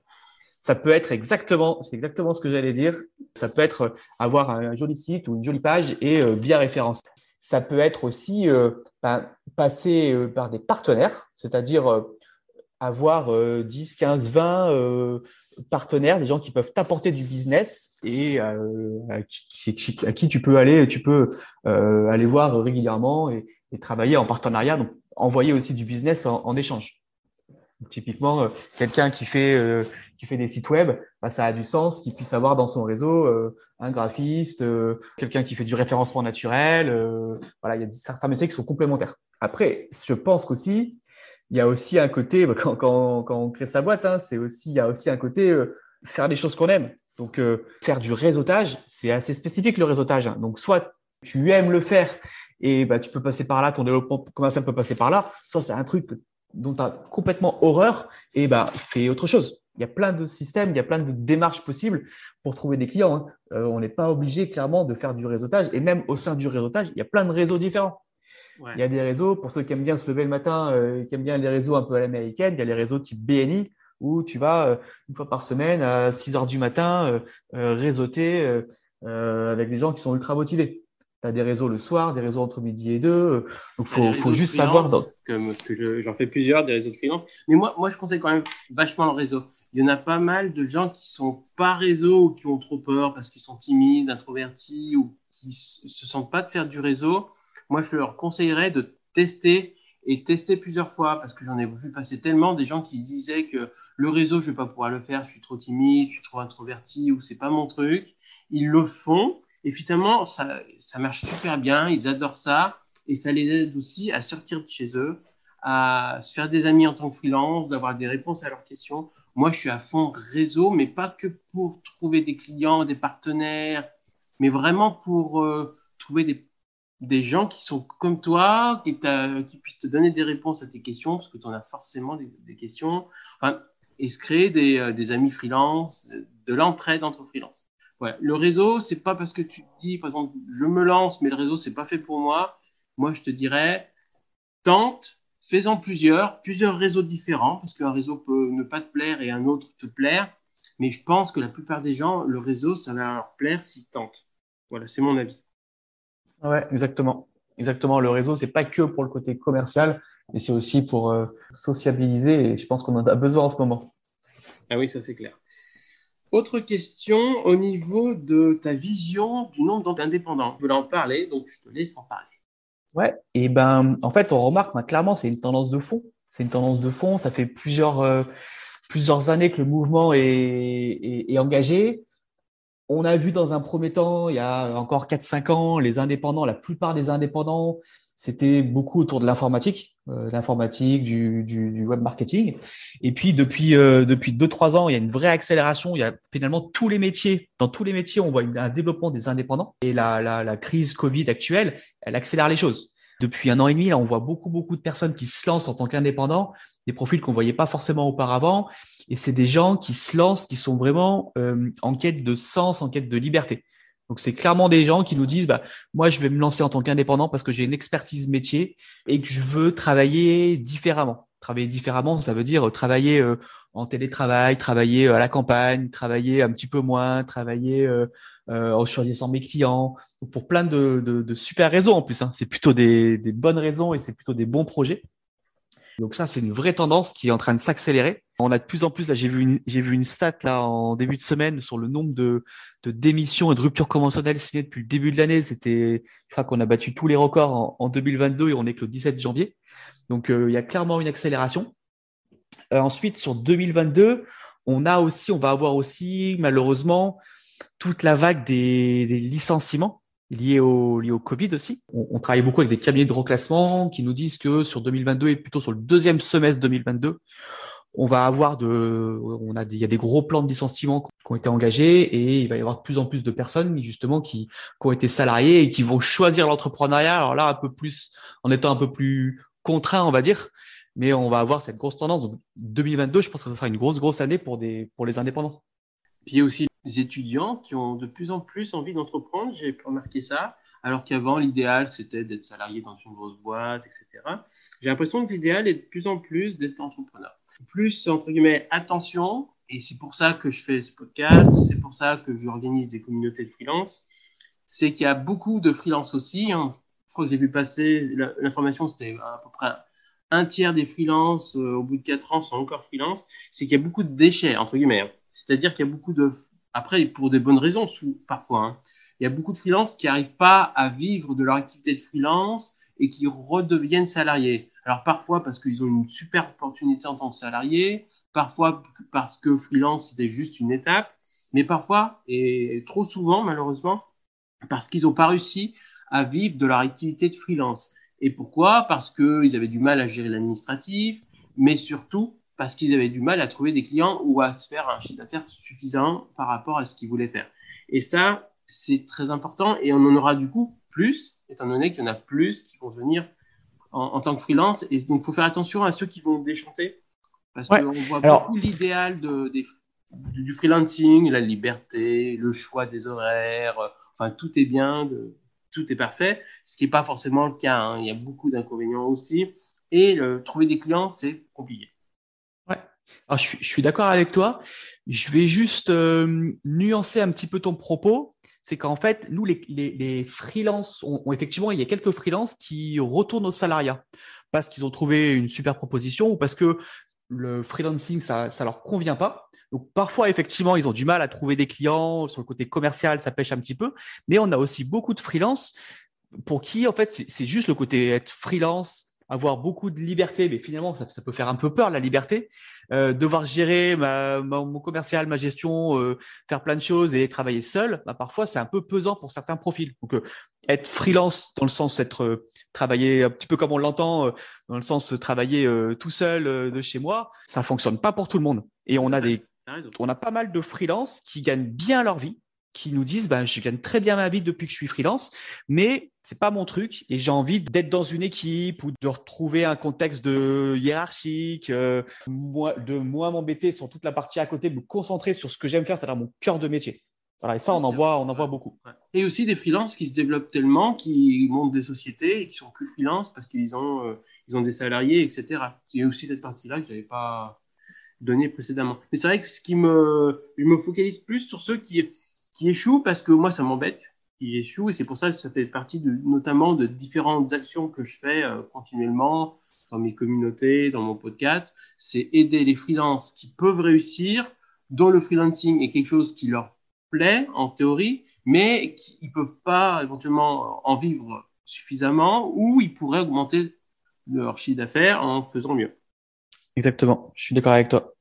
ça peut être exactement, c'est exactement ce que j'allais dire. Ça peut être avoir un joli site ou une jolie page et euh, bien référencé. Ça peut être aussi euh, ben, passer euh, par des partenaires, c'est-à-dire euh, avoir euh, dix, quinze, vingt euh, partenaires, des gens qui peuvent t'apporter du business et euh, à, qui, à qui tu peux aller, tu peux euh, aller voir régulièrement et, et travailler en partenariat, donc envoyer aussi du business en, en échange. Donc, typiquement, euh, quelqu'un qui fait euh, qui fait des sites web, bah, ça a du sens qu'il puisse avoir dans son réseau euh, un graphiste, euh, quelqu'un qui fait du référencement naturel. Euh, voilà, il y a certains métiers qui sont complémentaires. Après, je pense qu'aussi il y a aussi un côté quand, quand, quand on crée sa boîte, hein, c'est aussi il y a aussi un côté euh, faire des choses qu'on aime. Donc euh, faire du réseautage, c'est assez spécifique le réseautage, hein. Donc soit tu aimes le faire et bah, tu peux passer par là, ton développement commercial peut passer par là, soit c'est un truc dont tu as complètement horreur et bah, fais autre chose. Il y a plein de systèmes, il y a plein de démarches possibles pour trouver des clients, hein. Euh, on n'est pas obligé clairement de faire du réseautage et même au sein du réseautage, il y a plein de réseaux différents. Ouais. Il y a des réseaux, pour ceux qui aiment bien se lever le matin, euh, qui aiment bien les réseaux un peu à l'américaine, il y a les réseaux type B N I où tu vas euh, une fois par semaine à six heures du matin euh, euh, réseauter euh, euh, avec des gens qui sont ultra motivés. Tu as des réseaux le soir, des réseaux entre midi et deux. Euh, donc, il Il y a les faut, faut réseaux de juste savoir. Dans... freelance, comme ce que je, j'en fais plusieurs, des réseaux de freelance. Mais moi, moi, je conseille quand même vachement le réseau. Il y en a pas mal de gens qui sont pas réseau ou qui ont trop peur parce qu'ils sont timides, introvertis ou qui se sentent pas de faire du réseau. Moi, je leur conseillerais de tester et tester plusieurs fois parce que j'en ai vu passer tellement des gens qui disaient que le réseau, je vais pas pouvoir le faire, je suis trop timide, je suis trop introverti ou c'est pas mon truc. Ils le font et finalement, ça, ça marche super bien. Ils adorent ça. Et ça les aide aussi à sortir de chez eux, à se faire des amis en tant que freelance, d'avoir des réponses à leurs questions. Moi, je suis à fond réseau, mais pas que pour trouver des clients, des partenaires, mais vraiment pour euh, trouver des, des gens qui sont comme toi, qui, qui puissent te donner des réponses à tes questions, parce que tu en as forcément des, des questions, enfin, et se créer des, euh, des amis freelance, de l'entraide entre freelance. Ouais. Le réseau, c'est pas parce que tu te dis, par exemple, je me lance, mais le réseau, c'est pas fait pour moi. Moi, je te dirais, tente, fais-en plusieurs, plusieurs réseaux différents, parce qu'un réseau peut ne pas te plaire et un autre te plaire. Mais je pense que la plupart des gens, le réseau, ça va leur plaire s'ils tentent. Voilà, c'est mon avis. Ouais, exactement. Exactement. Le réseau, c'est pas que pour le côté commercial, mais c'est aussi pour euh, sociabiliser et je pense qu'on en a besoin en ce moment. Ah oui, ça c'est clair. Autre question au niveau de ta vision du nombre d'indépendants. Je voulais en parler, donc je te laisse en parler. Ouais, et ben en fait, on remarque ben, clairement, c'est une tendance de fond. C'est une tendance de fond. Ça fait plusieurs, euh, plusieurs années que le mouvement est, est, est engagé. On a vu dans un premier temps, il y a encore quatre cinq ans, les indépendants, la plupart des indépendants, c'était beaucoup autour de l'informatique, euh, l'informatique, du, du, du web marketing. Et puis depuis euh, depuis deux trois ans, il y a une vraie accélération. Il y a finalement tous les métiers, dans tous les métiers, on voit une- un développement des indépendants. Et la, la, la crise Covid actuelle, elle accélère les choses. Depuis un an et demi, là, on voit beaucoup beaucoup de personnes qui se lancent en tant qu'indépendants, des profils qu'on voyait pas forcément auparavant. Et c'est des gens qui se lancent, qui sont vraiment euh, en quête de sens, en quête de liberté. Donc, c'est clairement des gens qui nous disent, bah, moi, je vais me lancer en tant qu'indépendant parce que j'ai une expertise métier et que je veux travailler différemment. Travailler différemment, ça veut dire travailler euh, en télétravail, travailler euh, à la campagne, travailler un petit peu moins, travailler euh, euh, en choisissant mes clients, pour plein de, de, de super raisons en plus, hein. C'est plutôt des, des bonnes raisons et c'est plutôt des bons projets. Donc ça, c'est une vraie tendance qui est en train de s'accélérer. On a de plus en plus, là, j'ai vu une, j'ai vu une stat là en début de semaine sur le nombre de, de démissions et de ruptures conventionnelles signées depuis le début de l'année. C'était, je crois qu'on a battu tous les records en, en deux mille vingt-deux et on est que le dix-sept janvier. Donc euh, il y a clairement une accélération. Euh, ensuite, sur deux mille vingt-deux, on a aussi, on va avoir aussi malheureusement toute la vague des, des licenciements liés au, liés au Covid aussi. On, on travaille beaucoup avec des cabinets de reclassement qui nous disent que sur deux mille vingt-deux et plutôt sur le deuxième semestre deux mille vingt-deux, on va avoir de, on a des, il y a des gros plans de licenciement qui ont été engagés et il va y avoir de plus en plus de personnes justement qui, qui ont été salariées et qui vont choisir l'entrepreneuriat. Alors là, un peu plus, en étant un peu plus contraint, on va dire, mais on va avoir cette grosse tendance. Donc deux mille vingt-deux, je pense que ça sera une grosse, grosse année pour des, pour les indépendants. Puis il y a aussi les étudiants qui ont de plus en plus envie d'entreprendre, j'ai remarqué ça, alors qu'avant, l'idéal, c'était d'être salarié dans une grosse boîte, et cetera. J'ai l'impression que l'idéal est de plus en plus d'être entrepreneur. Plus, entre guillemets, attention, et c'est pour ça que je fais ce podcast, c'est pour ça que j'organise des communautés de freelance, c'est qu'il y a beaucoup de freelance aussi, hein. je crois que j'ai vu passer la- l'information, c'était à peu près un tiers des freelances euh, au bout de quatre ans sont encore freelance, c'est qu'il y a beaucoup de déchets, entre guillemets, hein. C'est-à-dire qu'il y a beaucoup de... Après, pour des bonnes raisons, sous, parfois, hein, il y a beaucoup de freelances qui n'arrivent pas à vivre de leur activité de freelance et qui redeviennent salariés. Alors parfois parce qu'ils ont une super opportunité en tant que salarié, parfois parce que freelance c'était juste une étape, mais parfois, et trop souvent malheureusement, parce qu'ils n'ont pas réussi à vivre de leur activité de freelance. Et pourquoi? Parce qu'ils avaient du mal à gérer l'administratif, mais surtout parce qu'ils avaient du mal à trouver des clients ou à se faire un chiffre d'affaires suffisant par rapport à ce qu'ils voulaient faire. Et ça, c'est très important et on en aura du coup plus, étant donné qu'il y en a plus qui vont venir en, en tant que freelance. Et donc, il faut faire attention à ceux qui vont déchanter parce Ouais. qu'on voit beaucoup Alors, l'idéal de, des, du, du freelancing, la liberté, le choix des horaires, euh, enfin tout est bien, de, tout est parfait, ce qui n'est pas forcément le cas, hein. Il y a beaucoup d'inconvénients aussi. Et le, trouver des clients, c'est compliqué. ouais. Alors, je suis, je suis d'accord avec toi. Je vais juste euh, nuancer un petit peu ton propos. C'est qu'en fait, nous, les, les, les freelances, on, on- effectivement, il y a quelques freelances qui retournent au salariat parce qu'ils ont trouvé une super proposition ou parce que le freelancing, ça ne leur convient pas. Donc, parfois, effectivement, ils ont du mal à trouver des clients. Sur le côté commercial, ça pêche un petit peu. Mais on a aussi beaucoup de freelances pour qui, en fait, c'est juste le côté être freelance, avoir beaucoup de liberté, mais finalement, ça, ça peut faire un peu peur, la liberté, euh, devoir gérer ma, ma- mon commercial, ma gestion, euh, faire plein de choses et travailler seul, bah, parfois, c'est un peu pesant pour certains profils. Donc, euh, être freelance dans le sens d'être euh, travailler un petit peu comme on l'entend, euh, dans le sens de travailler euh, tout seul euh, de chez moi, ça fonctionne pas pour tout le monde. Et Tout on à a fait, des, t'as raison. on a pas mal de freelance qui gagnent bien leur vie, qui nous disent ben, je gagne très bien ma vie depuis que je suis freelance, mais c'est pas mon truc et j'ai envie d'être dans une équipe ou de retrouver un contexte de hiérarchique, euh, moi, de moins m'embêter sur toute la partie à côté, de me concentrer sur ce que j'aime faire, c'est-à-dire mon cœur de métier. Voilà, et ça, Oui, on en c'est vrai. voit, on en Ouais. voit beaucoup. Ouais. Et aussi des freelances qui se développent tellement, qui montent des sociétés et qui sont plus freelance parce qu'ils ont, euh, ils ont des salariés, et cetera. Il y a aussi cette partie-là que je n'avais pas donné précédemment. Mais c'est vrai que ce qui me, je me focalise plus sur ceux qui, qui échouent parce que moi, ça m'embête. Qui échouent et c'est pour ça que ça fait partie de, notamment de différentes actions que je fais euh, continuellement dans mes communautés, dans mon podcast. C'est aider les freelances qui peuvent réussir, dont le freelancing est quelque chose qui leur plaît en théorie, mais qui ne peuvent pas éventuellement en vivre suffisamment ou ils pourraient augmenter leur chiffre d'affaires en faisant mieux. Exactement, je suis d'accord avec toi.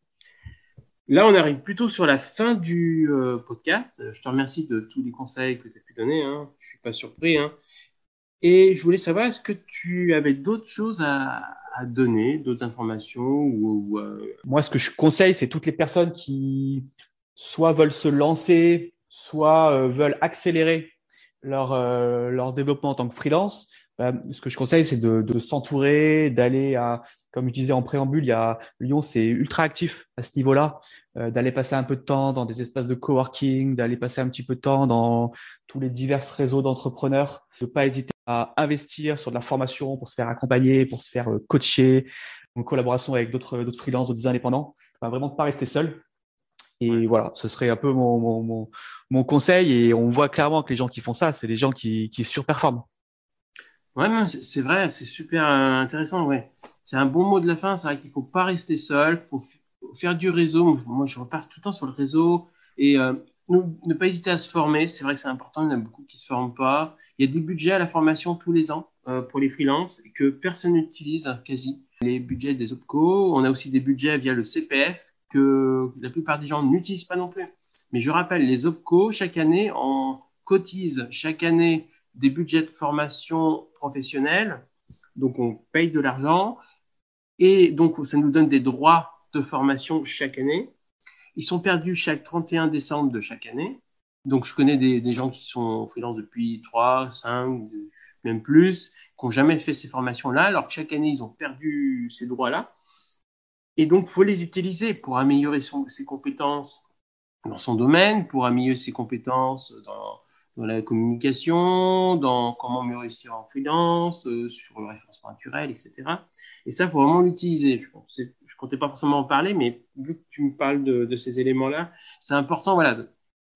Là, on arrive plutôt sur la fin du euh, podcast. Je te remercie de tous les conseils que tu as pu donner, hein. Je suis pas surpris, hein. Et je voulais savoir, est-ce que tu avais d'autres choses à, à donner, d'autres informations ou, ou, euh, Moi, ce que je conseille, c'est toutes les personnes qui soit veulent se lancer, soit euh, veulent accélérer leur, euh, leur développement en tant que freelance. Bah, ce que je conseille, c'est de, de s'entourer, d'aller à, comme je disais en préambule, il y a Lyon, c'est ultra actif à ce niveau-là, euh, d'aller passer un peu de temps dans des espaces de coworking, d'aller passer un petit peu de temps dans tous les divers réseaux d'entrepreneurs, de ne pas hésiter à investir sur de la formation pour se faire accompagner, pour se faire euh, coacher, en collaboration avec d'autres d'autres freelances, d'autres indépendants. Enfin, vraiment, pas rester seul. ouais. Et voilà, ce serait un peu mon, mon, mon, mon conseil. Et on voit clairement que les gens qui font ça, c'est les gens qui, qui surperforment. Ouais, non, c'est c'est vrai, c'est super euh, intéressant, ouais. C'est un bon mot de la fin, c'est vrai qu'il faut pas rester seul, faut f- faut faire du réseau. Moi, je repasse tout le temps sur le réseau et euh, ne, ne pas hésiter à se former. C'est vrai que c'est important, il y en a beaucoup qui se forment pas. Il y a des budgets à la formation tous les ans euh, pour les freelances que personne n'utilise quasi. Les budgets des OPCO, on a aussi des budgets via le C P F que la plupart des gens n'utilisent pas non plus. Mais je rappelle, les OPCO, chaque année, on cotise chaque année des budgets de formation professionnelle. Donc, on paye de l'argent et donc, ça nous donne des droits de formation chaque année. Ils sont perdus chaque trente et un décembre de chaque année. Donc, je connais des, des gens qui sont freelance depuis trois, cinq, même plus, qui n'ont jamais fait ces formations-là, alors que chaque année, ils ont perdu ces droits-là. Et donc, il faut les utiliser pour améliorer son, ses compétences dans son domaine, pour améliorer ses compétences dans, dans la communication, dans comment mieux réussir en freelance, euh, sur le référencement naturel, et cetera. Et ça, il faut vraiment l'utiliser. Je ne comptais pas forcément en parler, mais vu que tu me parles de, de ces éléments-là, c'est important, voilà, de,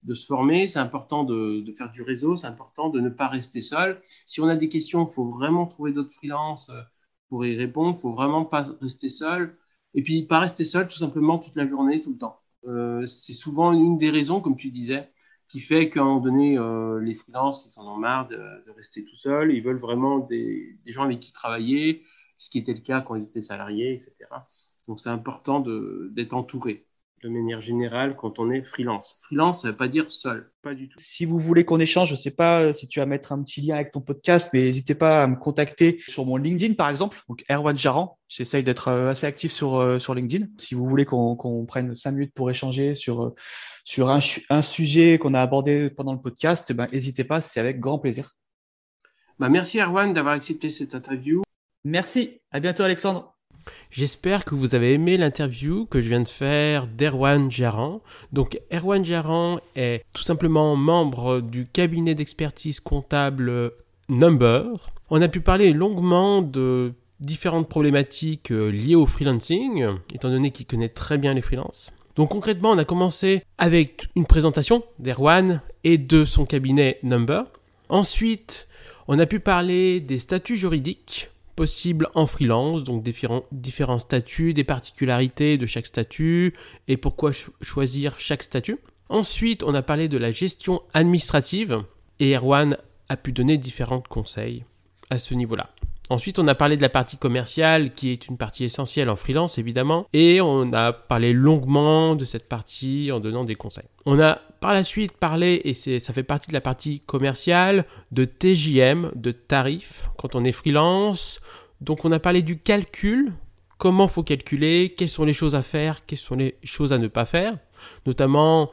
de se former, c'est important de, de faire du réseau, c'est important de ne pas rester seul. Si on a des questions, il faut vraiment trouver d'autres freelances pour y répondre, il ne faut vraiment pas rester seul. Et puis, pas rester seul tout simplement toute la journée, tout le temps. Euh, c'est souvent une des raisons, comme tu disais, qui fait qu'à un moment donné, euh, les freelances, ils en ont marre de, de rester tout seuls. Ils veulent vraiment des, des gens avec qui travailler, ce qui était le cas quand ils étaient salariés, et cetera. Donc, c'est important de, d'être entouré de manière générale quand on est freelance. Freelance, ça ne veut pas dire seul, pas du tout. Si vous voulez qu'on échange, je ne sais pas si tu vas mettre un petit lien avec ton podcast, mais n'hésitez pas à me contacter sur mon LinkedIn, par exemple. Donc, Erwan Jaran. J'essaye d'être assez actif sur, sur LinkedIn. Si vous voulez qu'on, qu'on prenne cinq minutes pour échanger sur, sur un, un sujet qu'on a abordé pendant le podcast, ben, n'hésitez pas, c'est avec grand plaisir. Bah, merci Erwan d'avoir accepté cette interview. Merci. À bientôt, Alexandre. J'espère que vous avez aimé l'interview que je viens de faire d'Erwan Jaran. Donc Erwan Jaran est tout simplement membre du cabinet d'expertise comptable Number. On a pu parler longuement de différentes problématiques liées au freelancing, étant donné qu'il connaît très bien les freelances. Donc concrètement, on a commencé avec une présentation d'Erwan et de son cabinet Number. Ensuite, on a pu parler des statuts juridiques possible en freelance, donc différents, différents statuts, des particularités de chaque statut et pourquoi ch- choisir chaque statut. Ensuite, on a parlé de la gestion administrative et Erwan a pu donner différents conseils à ce niveau-là. Ensuite, on a parlé de la partie commerciale qui est une partie essentielle en freelance évidemment et on a parlé longuement de cette partie en donnant des conseils. On a par la suite parlé, et c'est, ça fait partie de la partie commerciale, de T J M, de tarifs quand on est freelance. Donc on a parlé du calcul, comment il faut calculer, quelles sont les choses à faire, quelles sont les choses à ne pas faire, notamment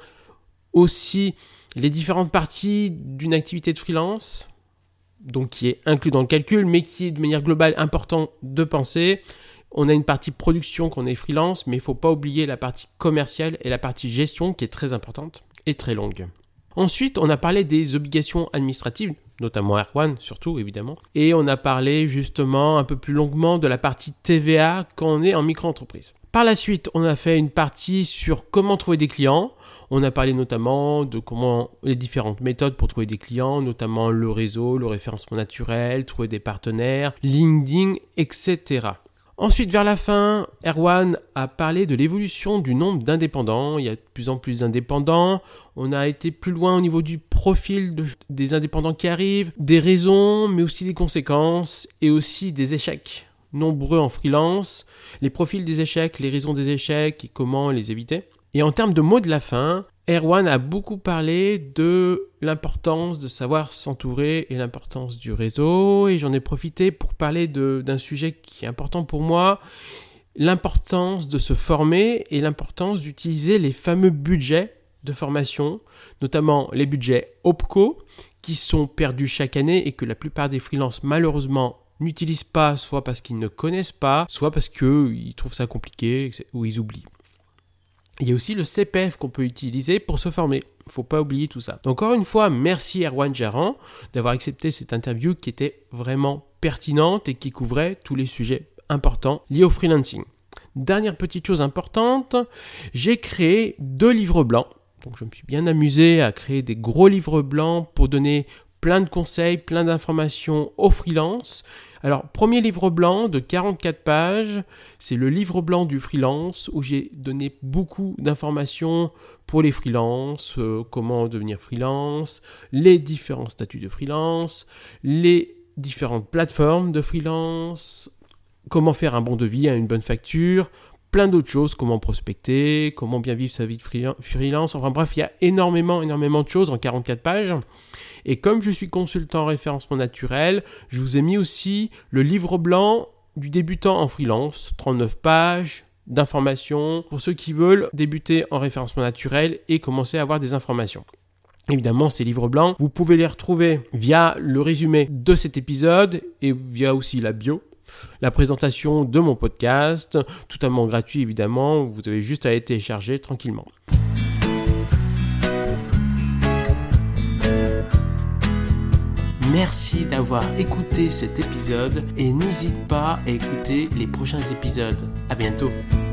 aussi les différentes parties d'une activité de freelance, donc qui est inclus dans le calcul, mais qui est de manière globale important de penser. On a une partie production quand on est freelance, mais il ne faut pas oublier la partie commerciale et la partie gestion qui est très importante et très longue. Ensuite, on a parlé des obligations administratives, notamment Erwan surtout évidemment, et on a parlé justement un peu plus longuement de la partie T V A quand on est en micro-entreprise. Par la suite, on a fait une partie sur comment trouver des clients. On a parlé notamment de comment les différentes méthodes pour trouver des clients, notamment le réseau, le référencement naturel, trouver des partenaires, LinkedIn, et cetera. Ensuite, vers la fin, Erwan a parlé de l'évolution du nombre d'indépendants. Il y a de plus en plus d'indépendants. On a été plus loin au niveau du profil de, des indépendants qui arrivent, des raisons, mais aussi des conséquences et aussi des échecs nombreux en freelance, les profils des échecs, les raisons des échecs et comment les éviter. Et en termes de mots de la fin, Erwan a beaucoup parlé de l'importance de savoir s'entourer et l'importance du réseau. Et j'en ai profité pour parler de, d'un sujet qui est important pour moi, l'importance de se former et l'importance d'utiliser les fameux budgets de formation, notamment les budgets OPCO, qui sont perdus chaque année et que la plupart des freelances malheureusement n'utilisent pas, soit parce qu'ils ne connaissent pas, soit parce qu'ils trouvent ça compliqué ou ils oublient. Il y a aussi le C P F qu'on peut utiliser pour se former. Il ne faut pas oublier tout ça. Donc, encore une fois, merci Erwan Jaran d'avoir accepté cette interview qui était vraiment pertinente et qui couvrait tous les sujets importants liés au freelancing. Dernière petite chose importante, j'ai créé deux livres blancs. Donc, je me suis bien amusé à créer des gros livres blancs pour donner plein de conseils, plein d'informations aux freelances. Alors, premier livre blanc de quarante-quatre pages, c'est le livre blanc du freelance où j'ai donné beaucoup d'informations pour les freelances, euh, comment devenir freelance, les différents statuts de freelance, les différentes plateformes de freelance, comment faire un bon devis à une bonne facture, plein d'autres choses, comment prospecter, comment bien vivre sa vie de freelance. Enfin bref, il y a énormément, énormément de choses en quarante-quatre pages. Et comme je suis consultant en référencement naturel, je vous ai mis aussi le livre blanc du débutant en freelance, trente-neuf pages d'informations pour ceux qui veulent débuter en référencement naturel et commencer à avoir des informations. Évidemment, ces livres blancs, vous pouvez les retrouver via le résumé de cet épisode et via aussi la bio, la présentation de mon podcast, totalement gratuit évidemment, vous avez juste à les télécharger tranquillement. Merci d'avoir écouté cet épisode et n'hésite pas à écouter les prochains épisodes. À bientôt.